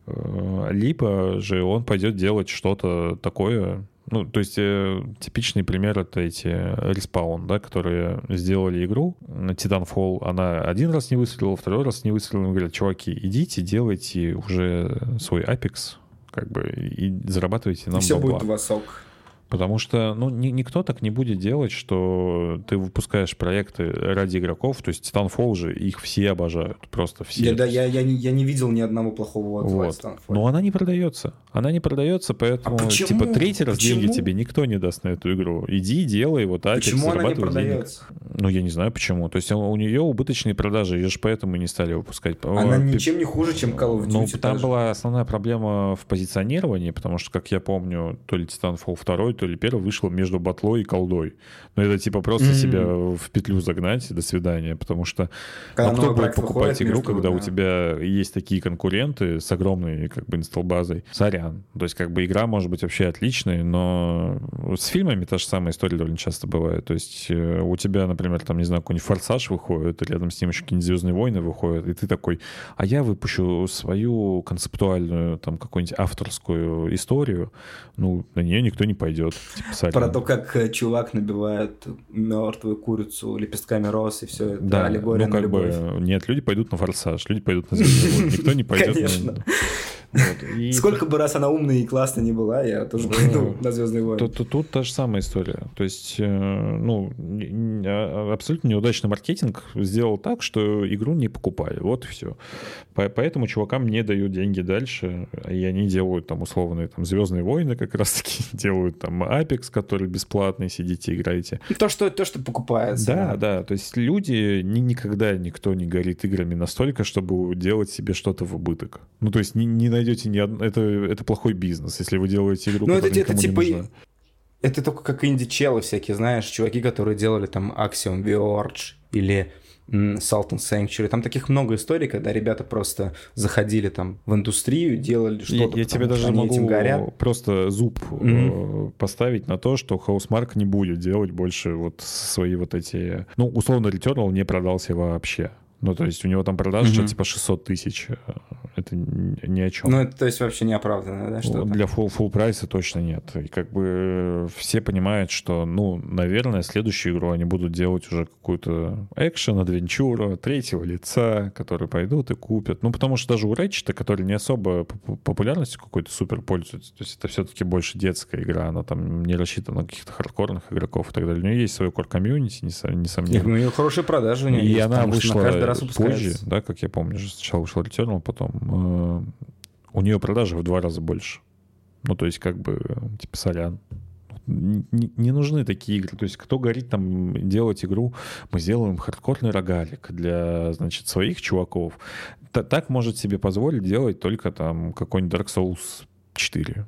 либо же он пойдет делать что-то такое. Ну, то есть э, типичный пример — это эти Respawn, да, которые сделали игру. Titanfall, она один раз не выстрелила, второй раз не выстрелила. Они говорят, чуваки, идите, делайте уже свой Apex, как бы, и зарабатывайте нам бабла. Все будет у вас сок. Потому что, ну, ни, никто так не будет делать, что ты выпускаешь проекты ради игроков. То есть Titanfall же, их все обожают. Просто все. Я, да, я, я, не, я не видел ни одного плохого отзыва вот. Titanfall. Но она не продается. Она не продается, поэтому, а почему? типа, третий раз почему? деньги тебе никто не даст на эту игру. Иди, делай вот Apex, почему она не продается? Денег. Ну, я не знаю почему. То есть у нее убыточные продажи, ее же поэтому и не стали выпускать. Она ничем не хуже, чем Call of Duty. Ну, там даже. была основная проблема в позиционировании, потому что, как я помню, то ли Titanfall два, то ли первый вышел между батлой и колдой. Но это типа просто mm-hmm. себя в петлю загнать, до свидания, потому что ну, кто будет покупать игру, между, когда да. у тебя есть такие конкуренты с огромной как бы инсталл-базой? Сорян. То есть как бы игра может быть вообще отличной, но с фильмами та же самая история довольно часто бывает. То есть у тебя, например, там, не знаю, какой-нибудь «Форсаж» выходит, и рядом с ним еще какие-нибудь «Звездные войны» выходят, и ты такой, а я выпущу свою концептуальную, там, какую-нибудь авторскую историю, ну, на нее никто не пойдет. Типа, про то, как чувак набивает мертвую курицу лепестками роз, и все это да, аллегория ну, на любовь. Бы, нет, люди пойдут на «Форсаж», люди пойдут на «Звездные войны», никто не пойдет Конечно. на... Вот. И... Сколько бы раз она умная и классная не была, я тоже да. пойду на «Звездные войны». Тут, тут, тут та же самая история. То есть, ну, абсолютно неудачный маркетинг сделал так, что игру не покупали. Вот и все. Поэтому чувакам не дают деньги дальше, и они делают там условные там «Звездные войны» как раз-таки, делают там Apex, который бесплатный, сидите, играете. То, что, то, что покупается. Да, да, да. То есть люди, ни, никогда никто не горит играми настолько, чтобы делать себе что-то в убыток. Ну, то есть не, не найдете ни одно... Это, это плохой бизнес, если вы делаете игру, ну, которая это, никому это, типа, не нужна. Это только как инди-челы всякие, знаешь, чуваки, которые делали там Axiom Verge или Salt and Sanctuary. Там таких много историй, когда ребята просто заходили там в индустрию, делали что-то. Я, я тебе даже могу просто зуб mm-hmm. поставить на то, что Housemarque не будет делать больше вот свои вот эти... Ну, условно, Returnal не продался вообще. Ну, то есть у него там продажа mm-hmm. что-то типа шестьсот тысяч. Это ни о чем. Ну, это то есть вообще неоправданно, да? Что-то? Для full, full прайса точно нет. И как бы все понимают, что, ну, наверное, следующую игру они будут делать уже какую-то экшен, адвенчуру, третьего лица, которые пойдут и купят. Ну, потому что даже у Ratchet, который не особо популярностью какой-то супер пользуется, то есть это все-таки больше детская игра, она там не рассчитана на каких-то хардкорных игроков и так далее. У нее есть свой core-комьюнити, несомненно. Нет, ну, у нее хорошие продажи. У нее и есть, она вышла позже, выпускается. да, как я помню, сначала вышел Returnal, потом э, у нее продажи в два раза больше. Ну, то есть, как бы, типа, сорян. Не, не нужны такие игры. То есть, кто говорит там делать игру, мы сделаем хардкорный рогалик для, значит, своих чуваков. Т- так может себе позволить делать только там какой-нибудь Dark Souls четыре,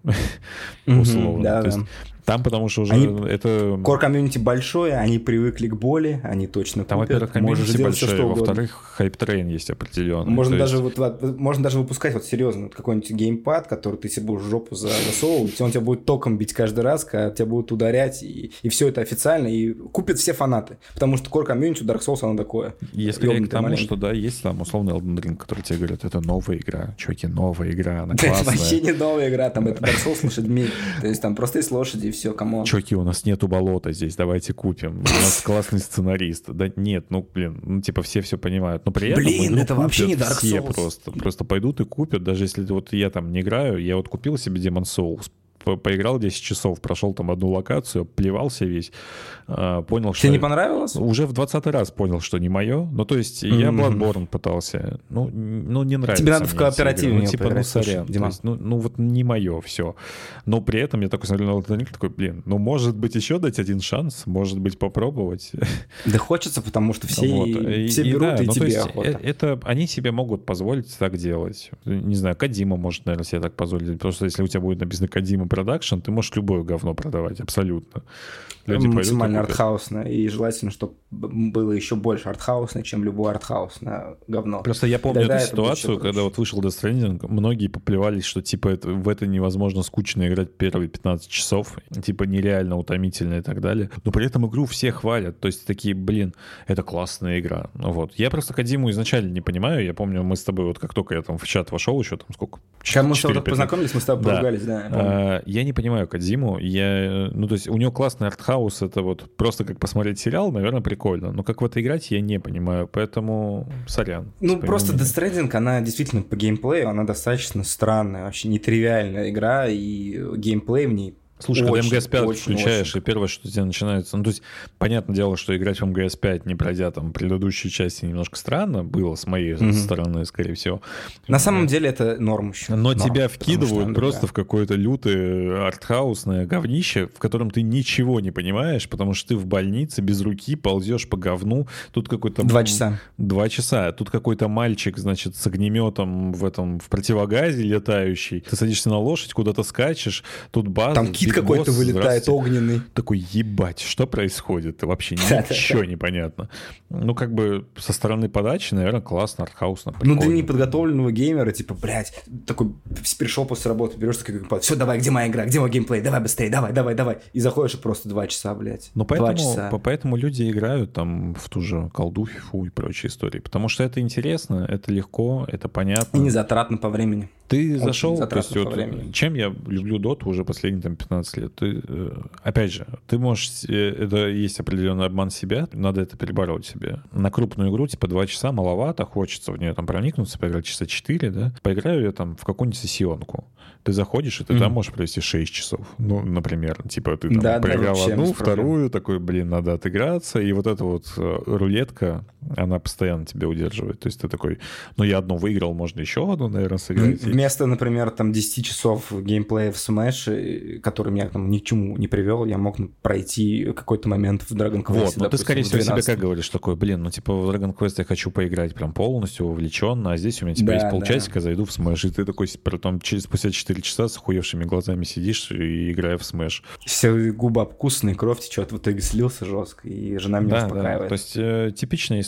условно. Да, то есть, там, потому что уже они, это... Core-комьюнити большое, они привыкли к боли, они точно там, купят. во-первых, комьюнити большое, во-вторых, хайп-трейн есть определенный. Можно даже, есть... вот, можно даже выпускать вот серьезно вот какой-нибудь геймпад, который ты себе будешь в жопу засовывать, он тебя будет током бить каждый раз, когда тебя будут ударять, и, и все это официально, и купят все фанаты. Потому что Core-комьюнити у Dark Souls, оно такое. Я скорее к тому, маленький. Что да, есть там условный Elden Ring, который тебе говорят, это новая игра. Чуваки, новая игра, она классная. Это вообще не новая игра, там это Dark Souls с лошадьми. То есть там просто есть лошади, и все, камон. Чуваки, у нас нету болота здесь, давайте купим. У нас классный сценарист. Да нет, ну, блин, ну, типа, все все понимают. Но при этом блин, это вообще не Dark все Souls. просто. Просто пойдут и купят, даже если вот я там не играю, я вот купил себе Demon's Souls, по поиграл десять часов, прошел там одну локацию, плевался весь, понял, Тебе что... Тебе не понравилось? Уже в двадцатый раз понял, что не мое. Ну, то есть mm-hmm. я Bloodborne пытался. Ну, ну, не нравится. Тебе надо в кооперативе ну, типа, ну, сорян. То есть, ну, ну, вот не мое все. Но при этом я такой смотрю на Elden Ring, такой, блин, ну, может быть, еще дать один шанс, может быть, попробовать. Да хочется, потому что все, вот. и, все и, берут, и, да, и ну, тебе охота. Это, это они себе могут позволить так делать. Не знаю, Кодзима может, наверное, себе так позволить. Просто если у тебя будет написано Кодзима Продакшн, ты можешь любое говно продавать, абсолютно. Люди максимально артхаусно, и желательно, чтобы было еще больше артхаусно, чем любое артхаусное говно. Просто я помню Тогда эту ситуацию, когда вот вышел Death Stranding, многие поплевались, что типа это, в это невозможно скучно играть первые пятнадцать часов, типа нереально утомительно и так далее. Но при этом игру все хвалят, то есть такие, блин, это классная игра. Вот. Я просто Кодзиму изначально не понимаю, я помню, мы с тобой, вот как только я там в чат вошел, еще там сколько? Когда мы с тобой познакомились, мы с тобой да. поругались, да. Я, а, я не понимаю Кодзиму, я, ну то есть у него классный артхаус, это вот просто как посмотреть сериал, наверное, прикольно, но как в это играть, я не понимаю, поэтому сорян. Ну просто Death Stranding, она действительно по геймплею, она достаточно странная, вообще нетривиальная игра, и геймплей в ней Слушай, очень, когда эм гэ эс пять очень, включаешь, очень. И первое, что у тебя начинается... Ну, то есть, понятное дело, что играть в эм гэ эс пять, не пройдя там предыдущие части, немножко странно было с моей mm-hmm. стороны, скорее всего. На самом деле это норм еще. Но норм, тебя вкидывают что, просто да. в какое-то лютое артхаусное говнище, в котором ты ничего не понимаешь, потому что ты в больнице без руки ползешь по говну. Тут какой-то... Два часа. Два часа. Тут какой-то мальчик, значит, с огнеметом в этом, в противогазе летающий. Ты садишься на лошадь, куда-то скачешь, тут база. Там кит какой-то вылетает. Огненный. Такой, ебать, что происходит? Вообще ничего не понятно. Ну, как бы со стороны подачи, наверное, классно, артхаусно. Ну, для неподготовленного геймера, типа, блядь, такой пришел после работы, берешь такой геймпад, все, давай, где моя игра, где мой геймплей, давай быстрее, давай, давай, давай. И заходишь и просто два часа, блядь. Ну, поэтому, поэтому люди играют там в ту же колду, фифу и прочие истории. Потому что это интересно, это легко, это понятно. И не затратно по времени. Ты Очень зашел, то есть вот, чем я люблю доту уже последние там пятнадцать лет. Ты, опять же, ты можешь, это есть определенный обман себя, надо это перебороть себе. На крупную игру, типа, два часа маловато, хочется в нее там проникнуться, поиграть часа четыре, да. Поиграю я там в какую-нибудь сессионку. Ты заходишь, и ты mm-hmm. там можешь провести шесть часов. Ну, например, типа, ты там да, проиграл да, одну, вторую, такой, блин, надо отыграться, и вот эта вот рулетка, она постоянно тебя удерживает. То есть ты такой, ну, я одну выиграл, можно еще одну, наверное, сыграть. Вместо, например, там десять часов геймплея в Smash, который меня там ни к чему не привел, я мог пройти какой-то момент в Dragon Quest. Вот, но ты, скорее всего, себе как говоришь, такой, блин, ну, типа, в Dragon Quest я хочу поиграть прям полностью, вовлеченно, а здесь у меня, типа, да, есть полчасика, да. зайду в Smash, и ты такой, потом через спустя четыре часа с охуевшими глазами сидишь и играешь в Smash. Все губы обкусанные, кровь течет, в итоге слился жестко, и жена меня да, успокаивает. Да. То есть э, типичная история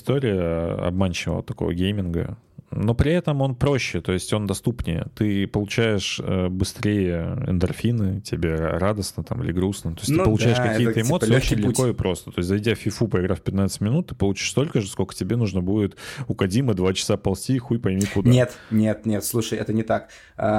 история обманчивого такого гейминга. Но при этом он проще, то есть он доступнее. Ты получаешь быстрее эндорфины, тебе радостно там или грустно. То есть ну, ты получаешь да, какие-то это, эмоции типа, очень путь. Легко и просто. То есть зайдя в фифу, поиграв пятнадцать минут, ты получишь столько же, сколько тебе нужно будет у Кодзимы два часа ползти, хуй пойми куда. Нет, нет, нет, слушай, это не так.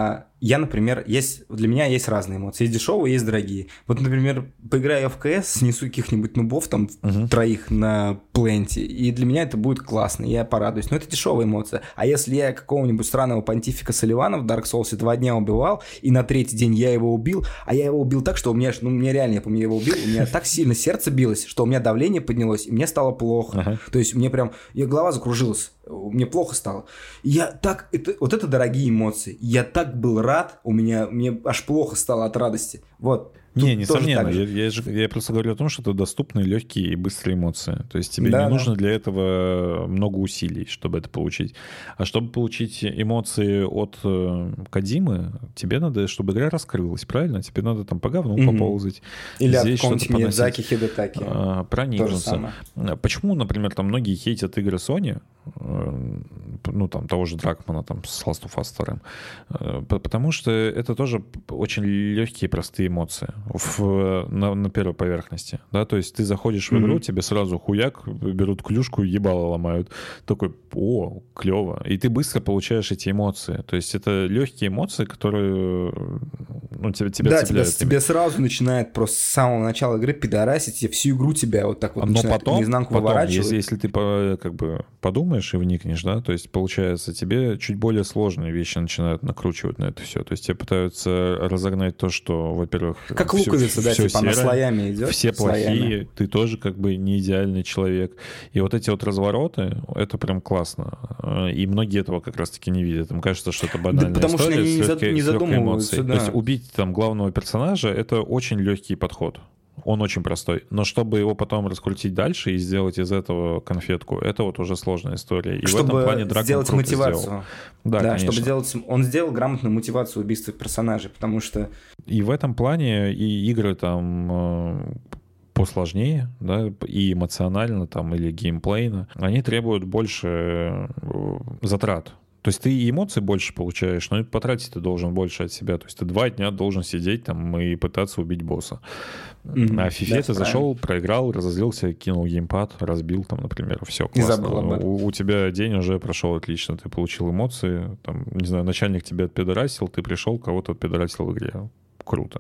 Я, например, есть для меня есть разные эмоции. Есть дешевые, есть дорогие. Вот, например, поиграю в КС, снесу каких-нибудь нубов, там, uh-huh. троих на пленте, и для меня это будет классно, я порадуюсь. Но это дешевая эмоция. А если я какого-нибудь странного понтифика Салливана в Dark Souls два дня убивал, и на третий день я его убил, а я его убил так, что у меня, ну, мне реально, я помню, я его убил, у меня так сильно сердце билось, что у меня давление поднялось, и мне стало плохо. Uh-huh. То есть мне прям, я голова закружилась, мне плохо стало. Я так, это, вот это дорогие эмоции. Я так был рад, у меня, мне аж плохо стало от радости. Вот. Не, несомненно. Я, я, же, я просто говорю о том, что это доступные, легкие и быстрые эмоции. То есть тебе да, не да. нужно для этого много усилий, чтобы это получить. А чтобы получить эмоции от э, Кодзимы, тебе надо, чтобы игра раскрылась, правильно? Тебе надо там по говну mm-hmm. поползать. Или здесь от какого-нибудь Миядзаки, Хидетаки. А, проникнуться. Почему, например, там многие хейтят игры Sony, э, ну, там, того же Дракмана, там, с Last of Us два, э, потому что это тоже очень легкие, простые эмоции. В, на, на первой поверхности, да, то есть ты заходишь в игру, mm-hmm. тебе сразу хуяк, берут клюшку и ебало ломают, такой, о, клево, и ты быстро получаешь эти эмоции, то есть это легкие эмоции, которые, ну, тебя, тебя да, цепляют. Да, тебе сразу начинает просто с самого начала игры пидорасить, и всю игру тебя вот так вот но начинает потом, наизнанку потом, выворачивать. Если, если ты как бы подумаешь и вникнешь, да, то есть получается тебе чуть более сложные вещи начинают накручивать на это все, то есть тебе пытаются разогнать то, что, во-первых, как луковица, да, типа серое, она слоями идет. Все плохие, слоями. Ты тоже как бы не идеальный человек. И вот эти вот развороты, это прям классно. И многие этого как раз-таки не видят. Им кажется, что это банальная да, потому история. Потому что они не, не задумываются. Да. То есть убить там главного персонажа — это очень легкий подход. Он очень простой. Но чтобы его потом раскрутить дальше и сделать из этого конфетку, это вот уже сложная история. И чтобы в этом плане Дракон сделать круто мотивацию. Сделал. Да, да конечно. Чтобы сделать... Он сделал грамотную мотивацию убийства персонажей, потому что... И в этом плане и игры там посложнее, да, и эмоционально там, или геймплейно, они требуют больше затрат. То есть ты и эмоций больше получаешь, но и потратить ты должен больше от себя. То есть ты два дня должен сидеть там и пытаться убить босса. Mm-hmm. А в FIFA да, ты зашел, проиграл, разозлился, кинул геймпад, разбил там, например, все классно. У, у тебя день уже прошел отлично, ты получил эмоции, там, не знаю, начальник тебя отпидорасил, ты пришел, кого-то отпидорасил в игре. Круто.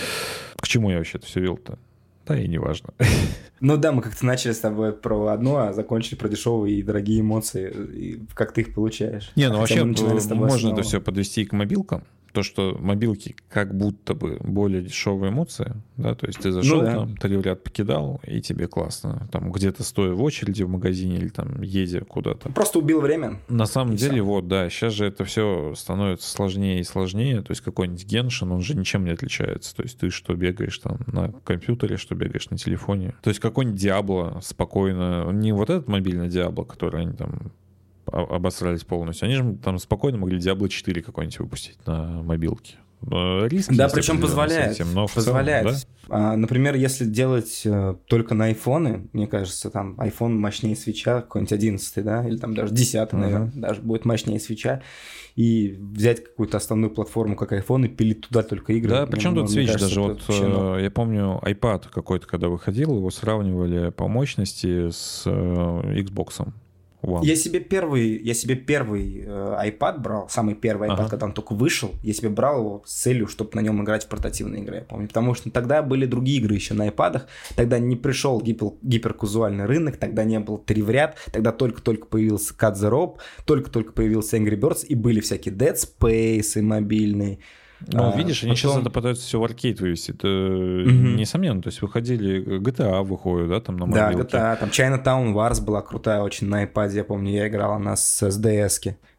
К чему я вообще это все вел-то? Да и не важно. Ну да, мы как-то начали с тобой про одно, а закончили про дешевые и дорогие эмоции. И как ты их получаешь? Не, ну вообще можно это все подвести к мобилкам. То, что мобилки как будто бы более дешевые эмоции, да, то есть ты зашел, ну, да. там, три в ряд покидал, и тебе классно. Там где-то стоя в очереди в магазине или там едя куда-то. Просто убил время. На самом деле, все. вот, да, сейчас же это все становится сложнее и сложнее. То есть какой-нибудь Геншин, он же ничем не отличается. То есть ты что бегаешь там на компьютере, что бегаешь на телефоне. То есть какой-нибудь Диабло спокойно, не вот этот мобильный Диабло, который они там обосрались полностью. Они же там спокойно могли Diablo четыре какой-нибудь выпустить на мобилке. Риски да, причем позволяет. Этим, но позволяет. Целом, да? а, например, если делать э, только на айфоны, мне кажется, там iPhone мощнее свеча, какой-нибудь одиннадцатый, да, или там даже десятый, uh-huh. наверное, даже будет мощнее свеча, и взять какую-то основную платформу, как iPhone, и пилить туда только игры. Да, причем ну, тут Switch кажется, даже. Вот, вообще, я помню, iPad какой-то, когда выходил, его сравнивали по мощности с э, Xbox. Wow. Я себе первый, я себе первый э, iPad брал, самый первый iPad, ага. когда он только вышел, я себе брал его с целью, чтобы на нем играть в портативные игры, я помню, потому что тогда были другие игры еще на iPad'ах, тогда не пришел гипер, гиперказуальный рынок, тогда не был три в ряд, тогда только-только появился Cut the Rope, только-только появился Angry Birds, и были всякие Dead Space и мобильные. Ну, а, видишь, они потом... сейчас это пытаются все в аркейд вывести. Это mm-hmm. несомненно. То есть выходили, джи ти эй выходит, да, там на мобилке. Да, джи ти эй. Там Chinatown Wars была крутая очень на iPad, я помню, я играл она с, с ди эс-ки.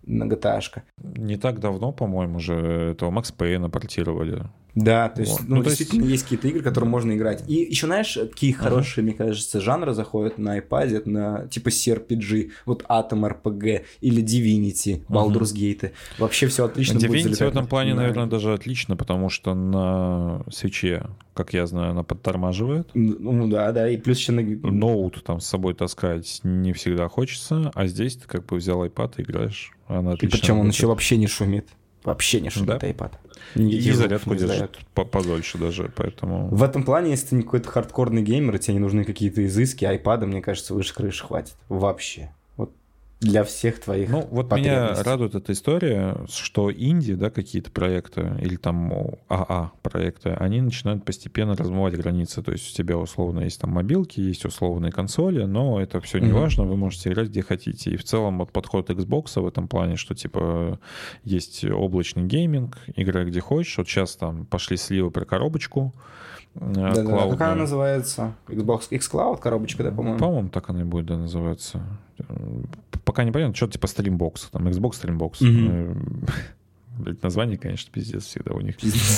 на джи ти эй-шка. Не так давно, по-моему, же этого Макс Пейна портировали. Да, то есть, вот. ну, ну, действительно, есть... есть какие-то игры, которые можно играть. И еще, знаешь, какие ага. хорошие, мне кажется, жанры заходят на iPad, на типа си ар пи джи, вот Atom ар пи джи или Divinity, Baldur's Gate. Вообще все отлично Divinity будет залетать. в этом плане, наверное, даже отлично, потому что на свитче, как я знаю, она подтормаживает. Ну да, да, и плюс еще... На... Ноут там с собой таскать не всегда хочется, а здесь ты как бы взял iPad и играешь. Она отлично. И причем он работает. еще вообще не шумит. Вообще не шумит да? iPad. И зарядку держит подольше даже, поэтому... В этом плане, если ты не какой-то хардкорный геймер, и тебе не нужны какие-то изыски, iPad, мне кажется, выше крыши хватит. Вообще. Вот для всех твоих Ну, вот меня радует эта история, что инди, да, какие-то проекты, или там АА проекты, они начинают постепенно размывать границы. То есть у тебя условно есть там мобилки, есть условные консоли, но это все не mm-hmm. важно, вы можете играть где хотите. И в целом вот подход Xbox в этом плане, что типа есть облачный гейминг, играй где хочешь. Вот сейчас там пошли сливы про коробочку. Да, да, как она называется? Xbox xCloud коробочка, да, по-моему? По-моему, так она и будет, да, называться. Пока непонятно, что-то типа Streambox, там Xbox Streambox. Mm-hmm. Блять, название, конечно, пиздец всегда у них.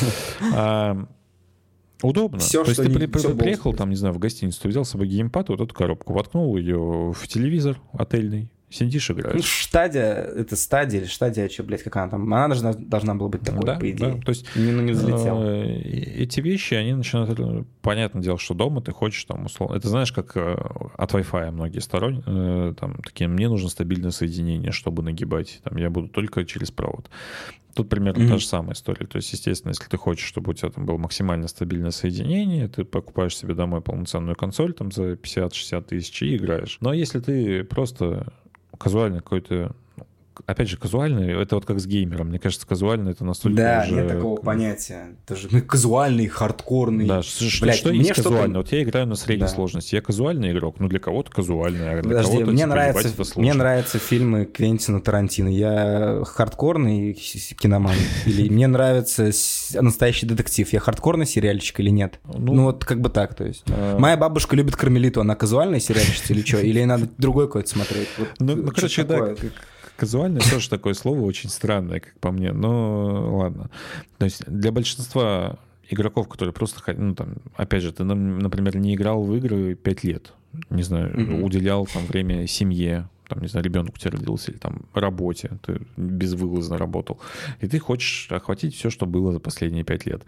а, удобно. Все, То есть ты не, при, при, приехал там, не знаю, в гостиницу, ты взял с собой геймпад, вот эту коробку, воткнул ее в телевизор отельный, сидишь, играешь. Ну, стадия, это стадия или стадия, что, блядь, как она там, она должна, должна была быть такой, да, по идее. Да. То есть не, ну, не взлетел. Э, эти вещи, они начинают, понятное дело, что дома ты хочешь там, условно, это знаешь, как от Wi-Fi многие сторонние, э, там, такие, мне нужно стабильное соединение, чтобы нагибать, там, я буду только через провод. Тут примерно mm-hmm. та же самая история. То есть, естественно, если ты хочешь, чтобы у тебя там было максимально стабильное соединение, ты покупаешь себе домой полноценную консоль там за пятьдесят-шестьдесят тысяч и играешь. Но если ты просто казуально какой-то... Опять же, казуальный, это вот как с геймером. Мне кажется, казуальный это настолько да, уже... нет такого понятия. Это же ну, казуальный, хардкорный. Да, что, Блядь, что есть казуально? Вот я играю на средней да. сложности. Я казуальный игрок, но для кого-то казуальный, а для Подожди, кого-то мне, типа, нравится, это сложно. мне нравятся фильмы Квентина Тарантино. Я хардкорный киноман. Или мне нравится настоящий детектив. Я хардкорный сериальчик или нет? Ну, ну вот как бы так, то есть. Моя бабушка любит Кармелиту. Она казуальная сериальщица или что? Или надо другой какой-то смотреть? Ну, короче, да... Казуальное тоже такое слово очень странное, как по мне, но ладно. То есть для большинства игроков, которые просто, ну там, опять же, ты, например, не играл в игры пять лет, не знаю, mm-hmm. уделял там время семье, там, не знаю, ребенок у тебя родился, или там работе, ты безвылазно работал, и ты хочешь охватить все, что было за последние пять лет.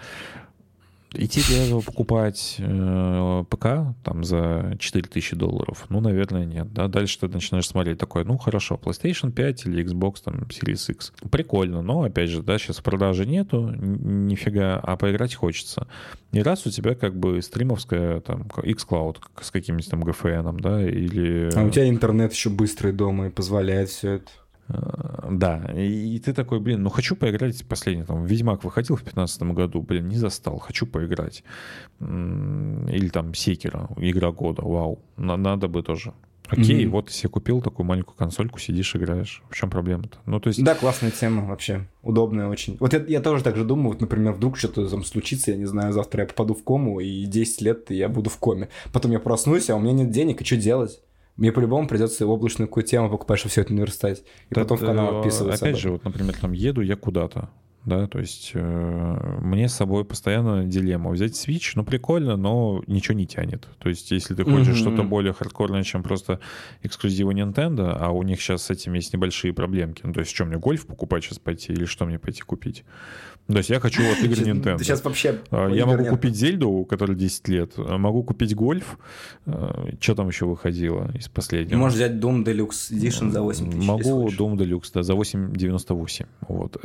Идти для этого покупать э, ПК там за четыре тысячи долларов, ну, наверное, нет. Да? Дальше ты начинаешь смотреть такое, ну, хорошо, PlayStation пять или Xbox там Series X. Прикольно, но, опять же, да, сейчас продажи нету, нифига, а поиграть хочется. И раз у тебя как бы стримовская там xCloud с каким-нибудь там джи эф эн, да, или... А у тебя интернет еще быстрый дома и позволяет все это. Да, и, и ты такой, блин, ну хочу поиграть последний, там, Ведьмак выходил в пятнадцатом году, блин, не застал, хочу поиграть. Или там Секиро, игра года, вау, на, надо бы тоже. Окей, mm-hmm. вот ты себе купил такую маленькую консольку, сидишь, играешь. В чем проблема-то? Ну, то есть... Да, классная тема вообще, удобная очень. Вот я, я тоже так же думаю, вот, например, вдруг что-то там случится, я не знаю, завтра я попаду в кому, и десять лет я буду в коме. Потом я проснусь, а у меня нет денег, и что делать? Мне по-любому придется облачную какую-то тему покупать, чтобы все это наверстать. И так, потом в канал отписываться. Опять же, вот, например, там еду я куда-то, да, то есть э, мне с собой постоянно дилемма. Взять Switch, ну, прикольно, но ничего не тянет. То есть если ты хочешь mm-hmm. что-то более хардкорное, чем просто эксклюзивы Nintendo, а у них сейчас с этим есть небольшие проблемки. Ну, то есть что, мне гольф покупать сейчас пойти или что мне пойти купить? То есть я хочу вот игры Nintendo. Сейчас вообще я могу нет. купить Зельду, которой десять лет, могу купить гольф. Что там еще выходило из последнего? Можешь взять Doom Deluxe Edition за восемь тысяч. Могу Doom Deluxe, да, за восемь девяносто восемь. Вот.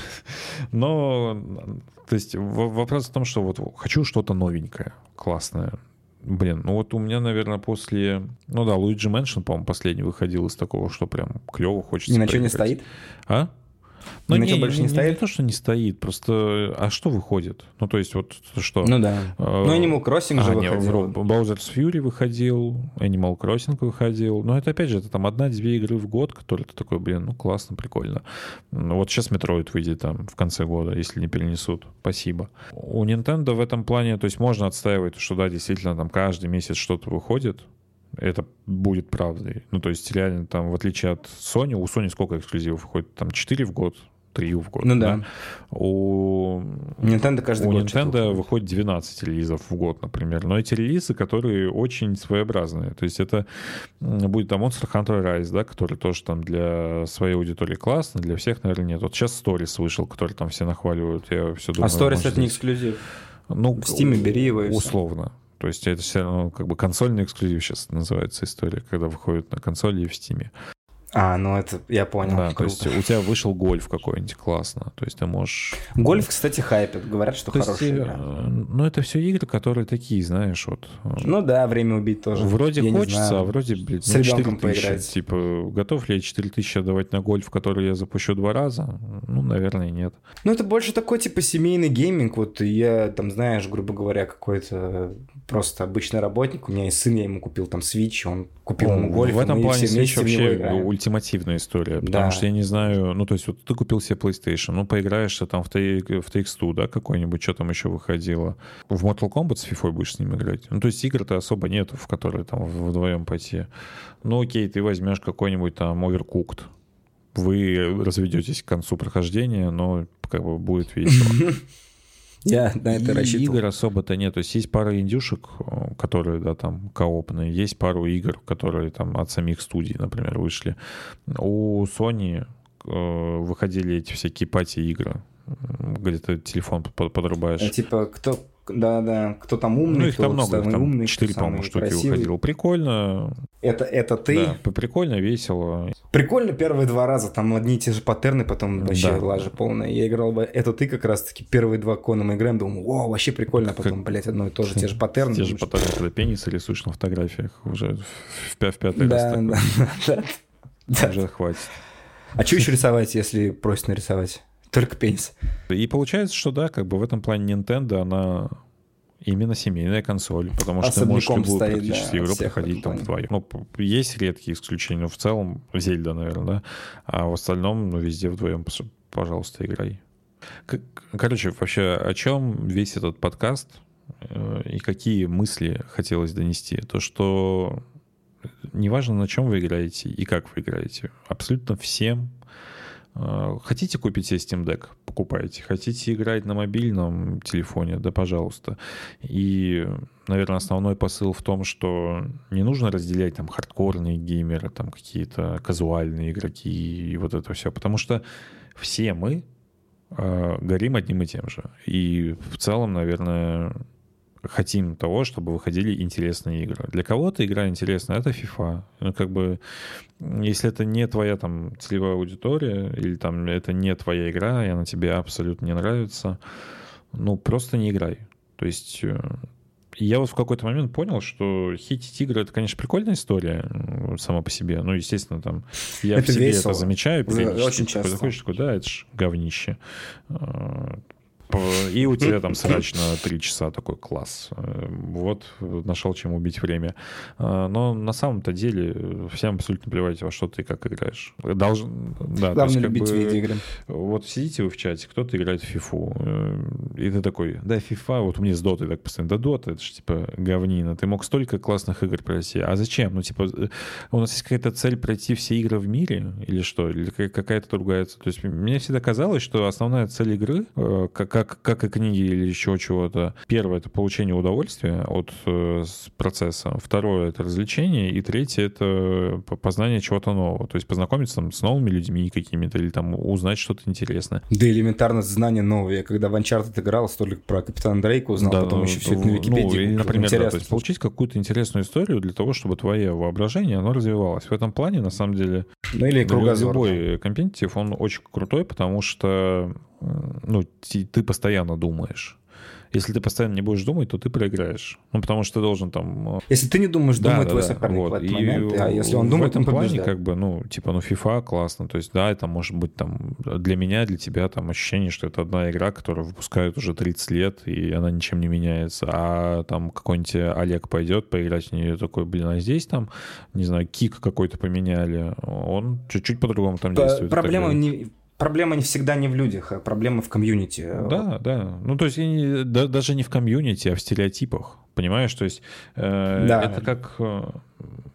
Но, то есть вопрос в том, что вот хочу что-то новенькое, классное. Блин, ну вот у меня, наверное, после... Ну да, Luigi Mansion, по-моему, последний выходил из такого, что прям клево хочется. Ни на что не стоит? А? Ну, на не, больше не, не, не, стоит? Не то, что не стоит, просто... А что выходит? Ну, то есть, вот что? Ну, да. Uh, ну, Animal Crossing а, же не, выходил. Bowser's Fury выходил, Animal Crossing выходил. Но это, опять же, это там одна-две игры в год, которые ты такой, блин, ну, классно, прикольно. Ну, вот сейчас Metroid выйдет там в конце года, если не перенесут. Спасибо. У Nintendo в этом плане, то есть, можно отстаивать, что, да, действительно, там каждый месяц что-то выходит. это будет правдой. Ну, то есть реально там, в отличие от Sony, у Sony сколько эксклюзивов выходит? Там четыре в год, три в год. Ну да. да? У Nintendo каждый у год Nintendo выходит двенадцать релизов в год, например. Но эти релизы, которые очень своеобразные. То есть это будет там Monster Hunter Rise, да, который тоже там для своей аудитории классно, для всех, наверное, нет. Вот сейчас Stories вышел, который там все нахваливают. Я все думаю, а Stories может, это не эксклюзив? Ну, в Steam бери его и условно. Все. То есть это все равно как бы консольный эксклюзив сейчас называется история, когда выходит на консоли и в Steam. А, ну это я понял. Да, то есть у тебя вышел гольф какой-нибудь, классно. То есть ты можешь... Гольф, кстати, хайпит. Говорят, что то хорошая есть, игра. Ну это все игры, которые такие, знаешь, вот... Ну да, время убить тоже. Вроде я хочется, а вроде, блин, с ну, ребенком четыре тысячи. Поиграть. Типа, готов ли я четыре тысячи отдавать на гольф, который я запущу два раза? Ну, наверное, нет. Ну это больше такой, типа, семейный гейминг. Вот я там, знаешь, грубо говоря, какой-то просто обычный работник. У меня есть сын, я ему купил там Switch, он купил Ну, ему гольф. в этом плане Switch вообще играем. ультимативная история. Потому Да. что я не знаю, ну, то есть, вот ты купил себе PlayStation, ну, поиграешь там в, в Takes-Two, да, какой-нибудь, что там еще выходило. В Mortal Kombat с FIFA будешь с ним играть. Ну, то есть, игр-то особо нету, в которые там вдвоем пойти. Ну, окей, ты возьмешь какой-нибудь там Overcooked. Вы разведетесь к концу прохождения, но как бы будет весело. Я на это И рассчитывал. игр особо-то нет. То есть есть пара индюшек, которые, да, там, коопные. Есть пару игр, которые там от самих студий, например, вышли. У Sony э, выходили эти всякие пати-игры, где ты телефон подрубаешь. А, типа, кто... Да-да, кто там умный, Ну, их кто там много, их самый там умный, четыре, кто по-моему, самый штуки красивый. выходило. Прикольно. Это, это ты? Да, прикольно, весело. Прикольно первые два раза, там одни и те же паттерны, потом вообще Да. лажа полная. Я играл бы, это ты как раз-таки первые два кона мы играем, думаю, о, вообще прикольно, а потом, блядь, одно и то же, те же паттерны. Те же думаешь, паттерны, когда пенисы рисуешь на фотографиях уже в, пя- в пятый раз. Да, такой. да, да. Уже хватит. А что еще рисовать, если просят нарисовать? Только пенис. И получается, что да, как бы в этом плане Nintendo, она именно семейная консоль, потому что ты можешь Особняком любую стоит, практически да, игру от всех проходить в этом там вдвоем. Ну, п- есть редкие исключения, но в целом Зельда, наверное, да. А в остальном, ну, везде вдвоем, пос- пожалуйста, играй. К- Короче, вообще, о чем весь этот подкаст э, и какие мысли хотелось донести? То, что неважно, на чем вы играете и как вы играете, абсолютно всем. Хотите купить себе Steam Deck? Покупайте. Хотите играть на мобильном телефоне? Да, пожалуйста. И, наверное, основной посыл в том, что не нужно разделять там хардкорные геймеры, там какие-то казуальные игроки и вот это все, потому что все мы э, горим одним и тем же. И в целом, наверное, хотим того, чтобы выходили интересные игры. Для кого-то игра интересная — это FIFA. Ну, как бы, если это не твоя там целевая аудитория, или там это не твоя игра, и она тебе абсолютно не нравится, ну, просто не играй. То есть я вот в какой-то момент понял, что хейтить игры — это, конечно, прикольная история сама по себе. Ну, естественно, там я это в себе весело. это замечаю. Очень часто. Заходишь такой, да, это ж говнище. И у тебя там срач на три часа, такой класс. Вот, нашел чем убить время. Но на самом-то деле всем абсолютно плевать, во что ты как играешь. Должен, да, Главное то есть, любить как бы, видеоигры. Вот сидите вы в чате, кто-то играет в фифу, и ты такой, да, FIFA, вот у меня с дотой так постоянно, да, дота, это же типа говнина, ты мог столько классных игр пройти, а зачем? Ну, типа, у нас есть какая-то цель пройти все игры в мире, или что, или какая-то другая цель? То есть мне всегда казалось, что основная цель игры, как Как, как и книги или еще чего-то. Первое — это получение удовольствия от э, процесса. Второе — это развлечение. И третье — это познание чего-то нового. То есть познакомиться там, с новыми людьми какими-то или там узнать что-то интересное. Да элементарно знание новое. Я когда в Uncharted играл, столько про Капитана Дрейка узнал, Да, потом ну, еще все это на ну, Википедии. или, например, да, Интересно. то есть получить какую-то интересную историю для того, чтобы твое воображение, оно развивалось. В этом плане, на самом деле, Ну или кругозор. любой компетитив, он очень крутой, потому что ну, ты, ты постоянно думаешь. Если ты постоянно не будешь думать, то ты проиграешь. Ну, потому что ты должен там... Если ты не думаешь, Да, думает да, твой да, соперник вот. в этот И момент, а если он думает, в этом он плане, побеждает. как бы, ну, типа, ну, FIFA классно. То есть, да, это может быть там для меня, для тебя там ощущение, что это одна игра, которую выпускают уже тридцать лет, и она ничем не меняется. А там какой-нибудь Олег пойдет поиграть в нее, такой, блин, а здесь там, не знаю, кик какой-то поменяли. Он чуть-чуть по-другому там По- действует. Проблема не... Проблема не всегда не в людях, а проблема в комьюнити. Да, да. Ну, то есть и да, даже не в комьюнити, а в стереотипах. Понимаешь? То есть э, Да. это как... э,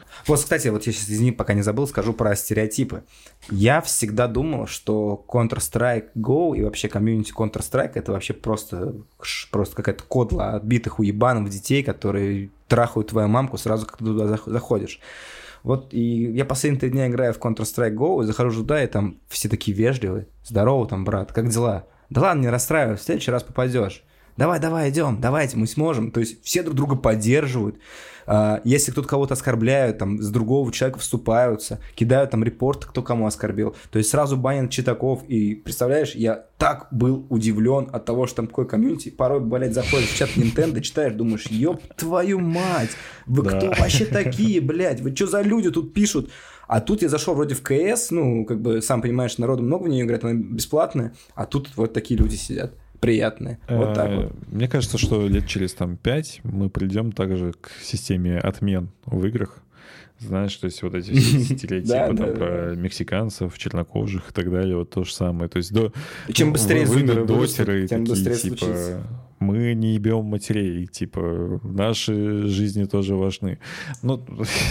Вот, кстати, вот я сейчас, извини, пока не забыл, скажу про стереотипы. Я всегда думал, что Counter-Strike Go и вообще комьюнити Counter-Strike это вообще просто, просто какая-то кодла отбитых уебанов детей, которые трахают твою мамку сразу, как ты туда заходишь. Вот, и я последние три дня играю в Counter-Strike Go, и захожу туда, и там все такие вежливые. Здорово там, брат, как дела? Да ладно, не расстраивайся, в следующий раз попадешь. Давай, давай, идем, давайте, мы сможем. То есть все друг друга поддерживают. Если кто-то кого-то оскорбляет, там, с другого человека вступаются, кидают там репорт, кто кому оскорбил. То есть сразу банят читаков. И представляешь, я так был удивлен от того, что там такой комьюнити. Порой, блядь, заходишь в чат Nintendo, читаешь, думаешь, ёб твою мать, вы да. кто вообще такие, блядь, вы что за люди тут пишут? А тут я зашел вроде в КС, ну, как бы, сам понимаешь, народу много в нее играет, она бесплатная, а тут вот такие люди сидят. Приятные. Вот так вот. Мне кажется, что лет через там пять мы придем также к системе отмен в играх. Знаешь, то есть вот эти стереотипы там про мексиканцев, чернокожих и так далее, вот то же самое. То есть до чем быстрее выйдут дотеры, тем быстрее типа мы не ебем матерей, типа наши жизни тоже важны. Ну,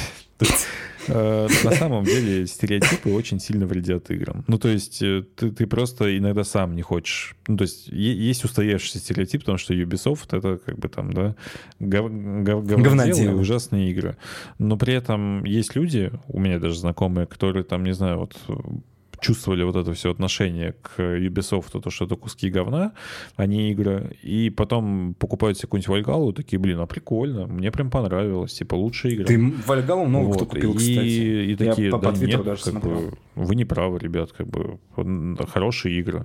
на самом деле стереотипы очень сильно вредят играм. Ну, то есть ты, ты просто иногда сам не хочешь. Ну, то есть есть устоявшийся стереотип, потому что Ubisoft — это как бы там, да, гов, гов, говноделы и ужасные игры. Но при этом есть люди, у меня даже знакомые, которые там, не знаю, вот... чувствовали вот это все отношение к Ubisoft, то, что это куски говна, а не игры, и потом покупают себе какую-нибудь Вальгалу, такие, блин, а прикольно, мне прям понравилось, типа, лучшая игра. Ты Вальгалу много вот. кто купил, кстати. И, и такие, Я да по, по нет, даже как бы, вы не правы, ребят, как бы, хорошие игры.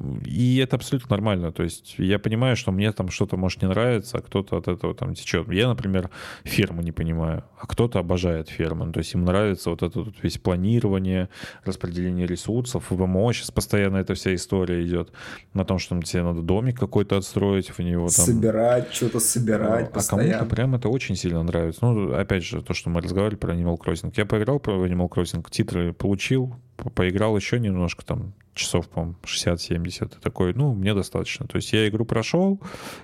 И это абсолютно нормально. То есть я понимаю, что мне там что-то может не нравиться, а кто-то от этого там течет. Я, например, фермы не понимаю, а кто-то обожает фермы. Ну, то есть им нравится вот это вот весь планирование, распределение ресурсов. В ММО сейчас постоянно эта вся история идет на том, что тебе надо домик какой-то отстроить, в него там... Собирать, что-то собирать а постоянно. А кому-то прям это очень сильно нравится. Ну, опять же, то, что мы разговаривали про Animal Crossing. Я поиграл про Animal Crossing, титры получил, поиграл еще немножко, там, часов, по-моему, шестьдесят-семьдесят. И такой, ну, мне достаточно. То есть я игру прошел,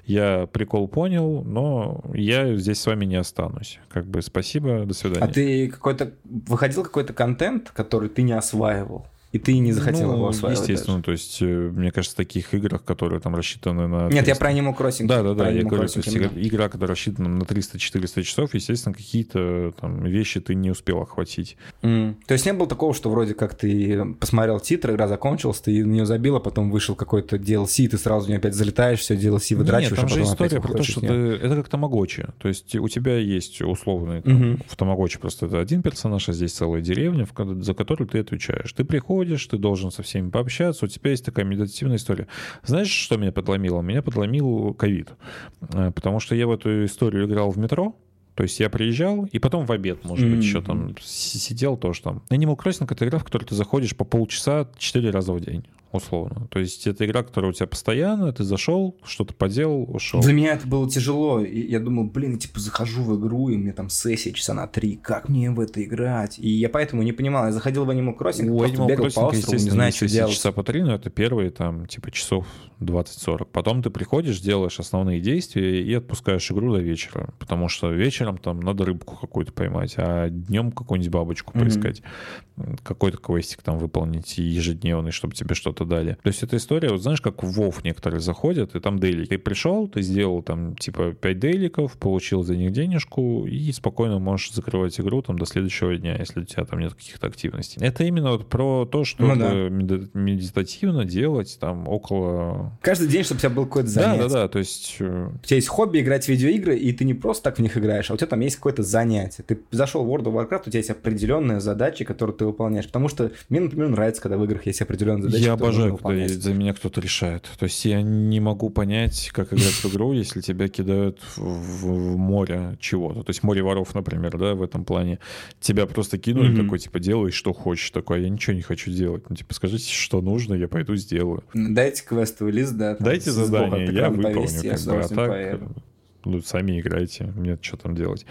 я прикол понял, но я здесь с вами не останусь. Как бы спасибо, до свидания. А ты какой-то... Выходил какой-то контент, который ты не осваивал? И ты не захотел ну, его осваивать? Естественно, даже. То есть, мне кажется, в таких играх, которые там рассчитаны на... Нет, я про Animal Crossing. Да-да-да, я говорю, то есть игра, которая рассчитана на триста-четыреста часов, естественно, какие-то там вещи ты не успел охватить. Mm. То есть не было такого, что вроде как ты посмотрел титр, игра закончилась, ты на нее забил, а потом вышел какой-то ди эл си, и ты сразу в нее опять залетаешь, все ди эл си выдрачиваешь, Нет, там а же потом история опять про то, что ты... Это как тамагочи. То есть у тебя есть условный... Там, mm-hmm. В тамагочи просто это один персонаж, а здесь целая деревня, за которую ты отвечаешь. Ты приходишь, ты должен со всеми пообщаться, у тебя есть такая медитативная история. Знаешь, что меня подломило? Меня подломил ковид. Потому что я в эту историю играл в метро, то есть я приезжал, и потом в обед, может mm-hmm. быть, еще там сидел тоже там. Animal Crossing — это игра, в которую ты заходишь по полчаса четыре раза в день, условно. То есть это игра, которая у тебя постоянно, ты зашел, что-то поделал, ушел. Для меня это было тяжело. И я думал, блин, я, типа захожу в игру, и у меня там сессия часа на три. Как мне в это играть? И я поэтому не понимал. Я заходил в Animal Crossing, у просто Animal бегал Crossing, по острову, не знаю, что делать. Часа по три, но это первые там типа часов двадцать-сорок. Потом ты приходишь, делаешь основные действия и отпускаешь игру до вечера. Потому что вечером там надо рыбку какую-то поймать, а днем какую-нибудь бабочку mm-hmm. поискать. Какой-то квестик там выполнить ежедневный, чтобы тебе что-то дали. То есть это история, вот знаешь, как в WoW некоторые заходят, и там дейлики. Ты пришел, ты сделал там типа пять дейликов, получил за них денежку, и спокойно можешь закрывать игру там до следующего дня, если у тебя там нет каких-то активностей. Это именно вот про то, чтобы ну, да. медитативно делать там около... Каждый день, чтобы у тебя был какой-то занятие. Да-да-да, то есть... У тебя есть хобби играть в видеоигры, и ты не просто так в них играешь, а у тебя там есть какое-то занятие. Ты зашел в World of Warcraft, у тебя есть определенные задачи, которые ты выполняешь. Потому что мне, например, нравится, когда в играх есть определенные задачи, я обожаю, когда за меня кто-то решает. То есть я не могу понять, как играть в игру, если тебя кидают в, в море чего-то. То есть море воров, например, да, в этом плане. Тебя просто кинули, mm-hmm. такой, типа, делай, что хочешь. Такой, я ничего не хочу делать. Ну, типа, скажите, что нужно, я пойду сделаю. Дайте квестовый лист, да. Там, дайте задание, я выполню. Повести, как бы, а так, ну, сами играйте, мне что там делать.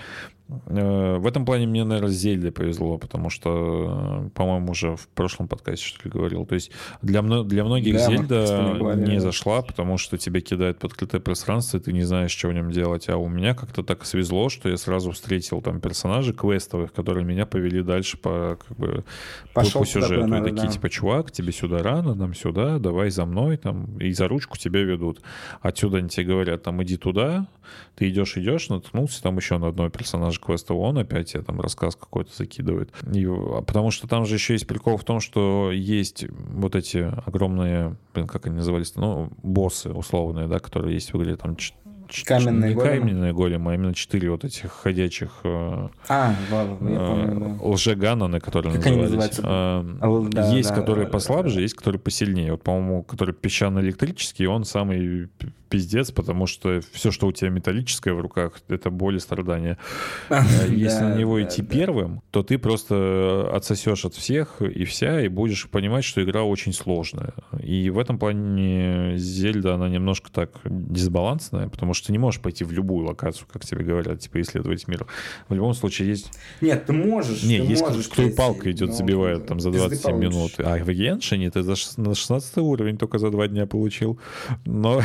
В этом плане мне, наверное, с Зельдой повезло, потому что, по-моему, уже в прошлом подкасте, что ли, говорил. То есть для, для многих да, Зельда не, не зашла, потому что тебя кидает под открытое пространство, и ты не знаешь, что в нем делать. А у меня как-то так свезло, что я сразу встретил там персонажей квестовых, которые меня повели дальше по, как бы, Пошел по, по сюжету. Надо, и такие, да. типа, чувак, тебе сюда рано, нам сюда, давай за мной, там, и за ручку тебя ведут. Отсюда они тебе говорят, там, иди туда, ты идешь, идешь, наткнулся там еще на одного персонажа квестового, он опять тебе там рассказ какой-то закидывает. И, потому что там же еще есть прикол в том, что есть вот эти огромные, блин, как они назывались, ну, боссы условные, да, которые есть в игре, там каменные не големы. каменные големы, а именно четыре вот этих ходячих а, ладно, я помню, да. лжегананы, которые как назывались. А, да, есть, да, которые да, послабже, да, да. есть, которые посильнее. Вот, по-моему, который песчано-электрический, он самый пиздец, потому что все, что у тебя металлическое в руках, это боль и страдания. Если на него идти первым, то ты просто отсосешь от всех и вся, и будешь понимать, что игра очень сложная. И в этом плане Зельда, она немножко так дисбалансная, потому что ты не можешь пойти в любую локацию, как тебе говорят, типа исследовать мир. В любом случае есть... Нет, ты можешь. Не, ты есть можешь, кто и палка идет, забивает там за двадцать семь минут. А в Геншине ты на шестнадцатый уровень только за два дня получил. Но...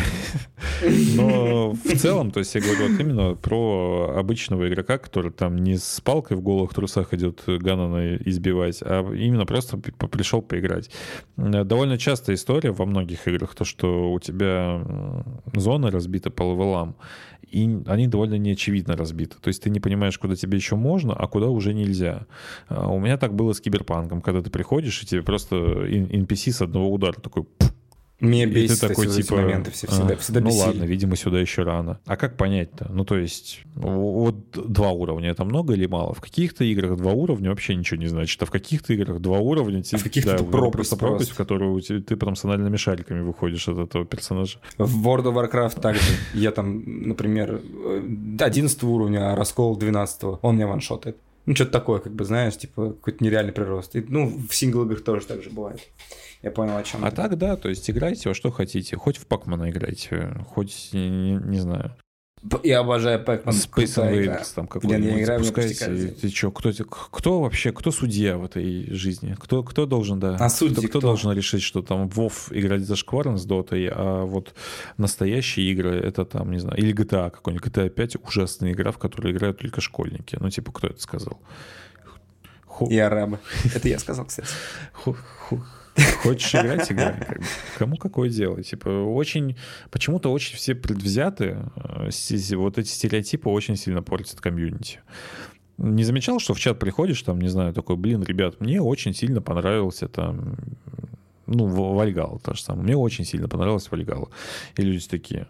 Но в целом, то есть я говорю вот именно про обычного игрока, который там не с палкой в голых трусах идет Ганана избивать, а именно просто пришел поиграть. Довольно частая история во многих играх, то, что у тебя зоны разбиты по левелам, и они довольно неочевидно разбиты. То есть ты не понимаешь, куда тебе еще можно, а куда уже нельзя. У меня так было с Киберпанком, когда ты приходишь, и тебе просто эн пи си с одного удара такой... Меня бесит такой, типа, эти моменты все всегда, а, всегда ну бесили. Ладно, видимо, сюда еще рано. А как понять-то? Ну, то есть, вот два уровня — это много или мало? В каких-то играх два уровня вообще ничего не значит, а в каких-то играх два уровня... А в каких-то да, пропасть просто пропасть, в которую ты потом с анальными шариками выходишь от этого персонажа. В World of Warcraft также. Я там, например, одиннадцатого уровня, а раскол двенадцатого. Он меня ваншотает. Ну, что-то такое, как бы, знаешь, типа, какой-то нереальный прирост. И, ну, в сингл-играх тоже так же бывает. Я понял, о чем. А так, да, то есть играйте во что хотите. Хоть в Пакмана играйте, хоть, не, не знаю. Я обожаю Пакман. Space Invaders там какой-нибудь запускайте. Ты что, кто, кто вообще, кто судья в этой жизни? Кто, кто должен, да? А судьи кто, кто? кто должен решить, что там WoW играть зашкварно с Дотой, а вот настоящие игры, это там, не знаю, или джи ти эй какой-нибудь. джи ти эй пять ужасная игра, в которой играют только школьники. Ну, типа, кто это сказал? Ху... И арабы. Это я сказал, кстати. Ху-ху. Хочешь играть, играй. Как бы. Кому какое дело? Типа, очень... Почему-то очень все предвзяты. Вот эти стереотипы очень сильно портят комьюнити. Не замечал, что в чат приходишь, там, не знаю, такой, блин, ребят, мне очень сильно понравился там... Ну, Вальгалла то же самое. Мне очень сильно понравилась Вальгалла. И люди такие...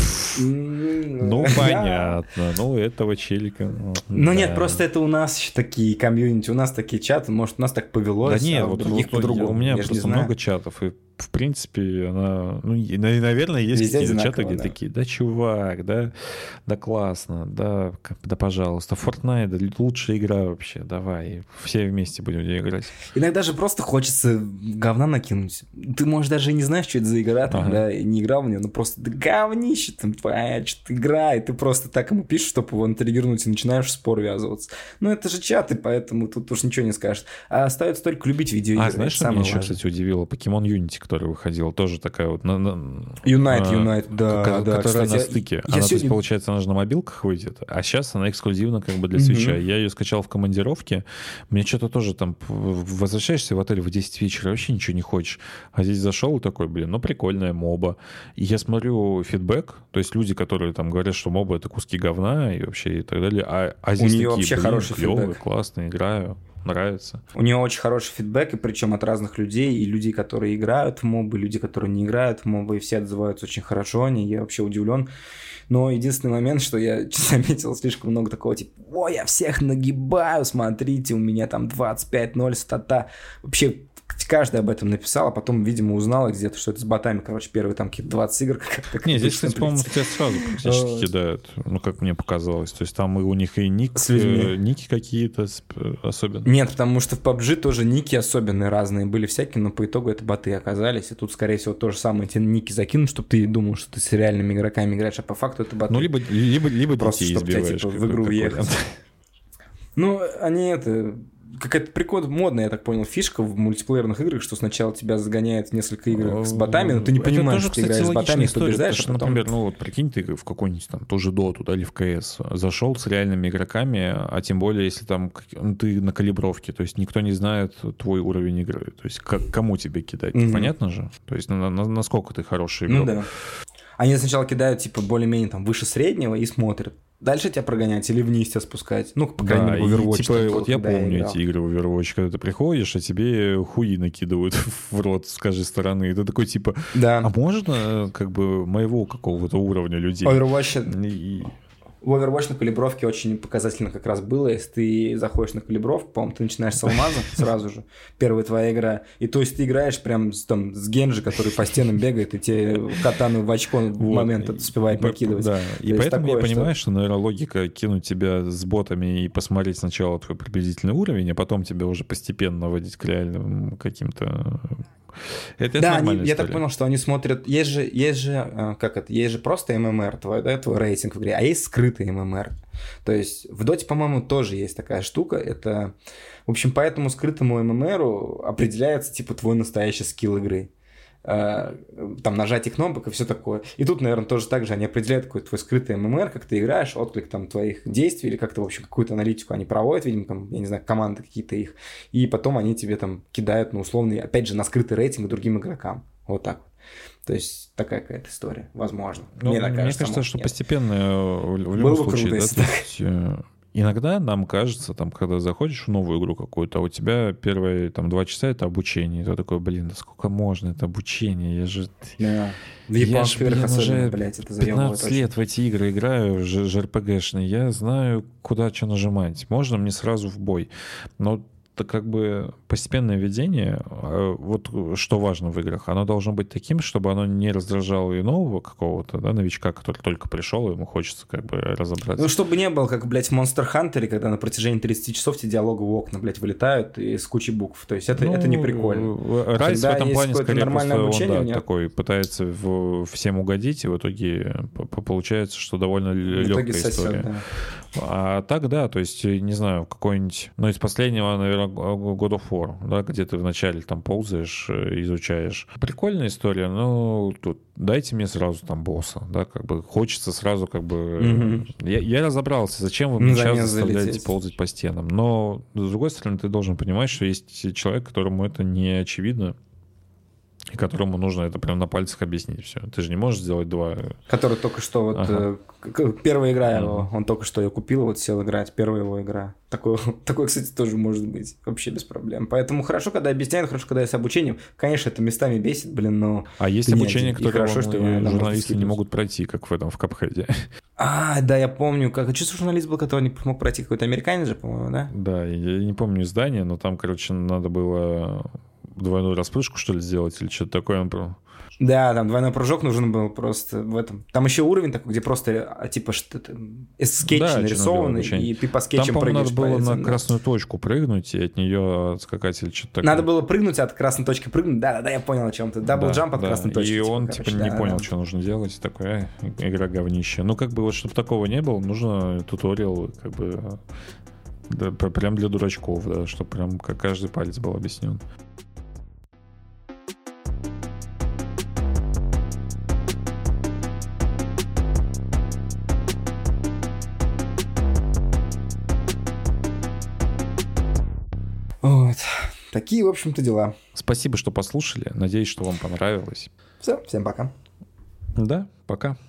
Ну, понятно. Ну, этого челика... Ну, да. Нет, просто это у нас еще такие комьюнити, у нас такие чаты, может, у нас так повелось, да нет, а вот, у других вот, по-другому. У меня я просто много чатов, и в принципе, она... Ну, наверное, есть везде какие-то чаты, где да. такие, да, чувак, да, да классно, да, да, пожалуйста, Fortnite, да, лучшая игра вообще, давай, все вместе будем играть. Иногда же просто хочется говна накинуть. Ты, может, даже и не знаешь, что это за игра, там, ага. да, и не играл в нее, но просто, да говнище, там, твоя, что-то игра, и ты просто так ему пишешь, чтобы его натриггернуть, и начинаешь в спор ввязываться. Ну, это же чаты, поэтому тут уж ничего не скажешь. А остается только любить видеоигры. А, знаешь, что меня еще, кстати, удивило? Покемон Unity, который выходил, тоже такая вот... Юнайт, Юнайт, да, к- да. Которая Кстати, на стыке. я Она, сегодня... то есть, получается, она же на мобилках выйдет, а сейчас она эксклюзивна как бы для свитча. Mm-hmm. Я ее скачал в командировке, мне что-то тоже там... Возвращаешься в отель в десять вечера, вообще ничего не хочешь. А здесь зашел и такой, блин, ну прикольная моба. И я смотрю фидбэк, то есть люди, которые там говорят, что моба — это куски говна и вообще и так далее. А, а здесь У нее такие, вообще блин, хороший клевые, фидбэк. классно, играю. Нравится. У нее очень хороший фидбэк, и причем от разных людей, и людей, которые играют в мобы, люди, которые не играют в мобы, и все отзываются очень хорошо о ней, я вообще удивлен. Но единственный момент, что я заметил слишком много такого, типа, ой, я всех нагибаю, смотрите, у меня там двадцать пять ноль стата. Вообще, каждый об этом написал, а потом, видимо, узнал где-то, что это с ботами, короче, первые там какие-то двадцать игр. Как, как не, здесь, кстати, по-моему, тебя сразу практически кидают, ну, как мне показалось. То есть там и у них и ник, э, ники какие-то особенные. Нет, потому что в пабг тоже ники особенные, разные были всякие, но по итогу это боты оказались, и тут, скорее всего, то же самое, эти ники закинут, чтобы ты думал, что ты с реальными игроками играешь, а по факту это боты. Ну, либо, либо, либо просто, детей чтобы избиваешь. Тебя, типа, в игру въехать. Ну, они это... Какая-то прикольная, модная, я так понял, фишка в мультиплеерных играх, что сначала тебя загоняют в несколько игр с ботами, но ты не понимаешь, что ты играешь с ботами, их побеждаешь, а потом... Например, ну вот прикинь, ты в какой-нибудь там тоже доту, да, или в КС зашел с реальными игроками, а тем более, если там ну, ты на калибровке, то есть никто не знает твой уровень игры, то есть к- кому тебе кидать, mm-hmm. понятно же? То есть на- на- насколько ты хороший игрок. Ну да. Они сначала кидают, типа, более-менее там выше среднего и смотрят. Дальше тебя прогонять или вниз тебя спускать. Ну, по крайней мере, в Overwatch. И, типа, вот было, я помню я эти игры в Overwatch, когда ты приходишь, а тебе хуи накидывают в рот с каждой стороны. И ты такой, типа, да. А можно, как бы, моего какого-то уровня людей? Overwatch... И... В Overwatch на калибровке очень показательно как раз было. Если ты заходишь на калибровку, по-моему, ты начинаешь с алмаза сразу же. Первая твоя игра. И то есть ты играешь прям с, там, с Генджи, который по стенам бегает, и тебе катану в очко в вот. момент успевает накидывать. Да. И поэтому такое, я понимаю, что... что, наверное, логика кинуть тебя с ботами и посмотреть сначала твой приблизительный уровень, а потом тебя уже постепенно вводить к реальным каким-то... Это, да, это они, я так понял, что они смотрят... Есть же, есть же, как это, есть же просто ММР, твой, да, твой рейтинг в игре, а есть скрытый ММР. То есть в Доте, по-моему, тоже есть такая штука. Это, в общем, по этому скрытому ММРу определяется, типа, твой настоящий скилл игры. Там нажатие кнопок и все такое. И тут, наверное, тоже так же они определяют какой твой скрытый ММР, как ты играешь, отклик там твоих действий или как-то, в общем, какую-то аналитику они проводят, видимо, там, я не знаю, команды какие-то их, и потом они тебе там кидают на условный, опять же, на скрытый рейтинг другим игрокам. Вот так вот. То есть такая какая-то история, возможно. Ну, мне мне кажется, кажется, что нет. постепенно в любом Было случае, круто, да, то есть, иногда нам кажется, там, когда заходишь в новую игру какую-то, а у тебя первые там, два часа — это обучение. И ты такой, блин, да сколько можно, это обучение, я же... Да. В японских играх особенно, блядь, это пятнадцать лет в эти игры играю, ж эр пи джешные, я знаю, куда что нажимать. Можно мне сразу в бой. Но это как бы постепенное введение, вот что важно в играх, оно должно быть таким, чтобы оно не раздражало и нового какого-то, да, новичка, который только пришел, и ему хочется как бы разобраться. Ну, чтобы не было, как, блядь, в Monster Hunter, когда на протяжении тридцати часов тебе диалоги в окна, блядь, вылетают и с кучей букв. То есть это, ну, это не прикольно. Райс в этом плане скорее просто обучение, он да, такой пытается в, всем угодить, и в итоге получается, что довольно легкая история. Да. А так, да, то есть, не знаю, какой-нибудь, ну, из последнего, наверное, God of War, да, где ты вначале там ползаешь, изучаешь. Прикольная история, но тут дайте мне сразу там босса, да, как бы хочется сразу как бы... Mm-hmm. Я, я разобрался, зачем вы мне сейчас заставляете залететь. Ползать по стенам, но, с другой стороны, ты должен понимать, что есть человек, которому это не очевидно, и которому нужно это прям на пальцах объяснить все. Ты же не можешь сделать два... Который только что вот... Ага. Э, первая игра ага. его, он только что ее купил, вот сел играть, первая его игра. Такое, такое, кстати, тоже может быть вообще без проблем. Поэтому хорошо, когда объясняют, хорошо, когда с обучением. Конечно, это местами бесит, блин, но... А есть обучение, которое хорошо, что журналисты не могут пройти, как в этом, в Капхеде. А, да, я помню. Как... Что журналист был, который не мог пройти? Какой-то американец же, по-моему, да? Да, я не помню издание, но там, короче, надо было... двойную распрыжку, что ли, сделать, или что-то такое. Он... Да, там двойной прыжок нужен был просто в этом. Там еще уровень такой, где просто, типа, что-то скетч да, нарисованный, и ты по скетчам там, прыгаешь. Там, надо было на да. красную точку прыгнуть, и от нее отскакать или что-то такое. Надо было прыгнуть, от красной точки прыгнуть. Да-да-да, я понял о чем ты. Даблджамп да, от да. красной точки. И типа, он, короче, типа, да, не да, понял, да. что нужно делать. Такая игра говнище. Ну, как бы, вот, чтобы такого не было, нужно туториал, как бы, да, прям для дурачков, да, чтобы прям как каждый палец был объяснен. Вот. Такие, в общем-то, дела. Спасибо, что послушали. Надеюсь, что вам понравилось. Все, всем пока. Да, пока.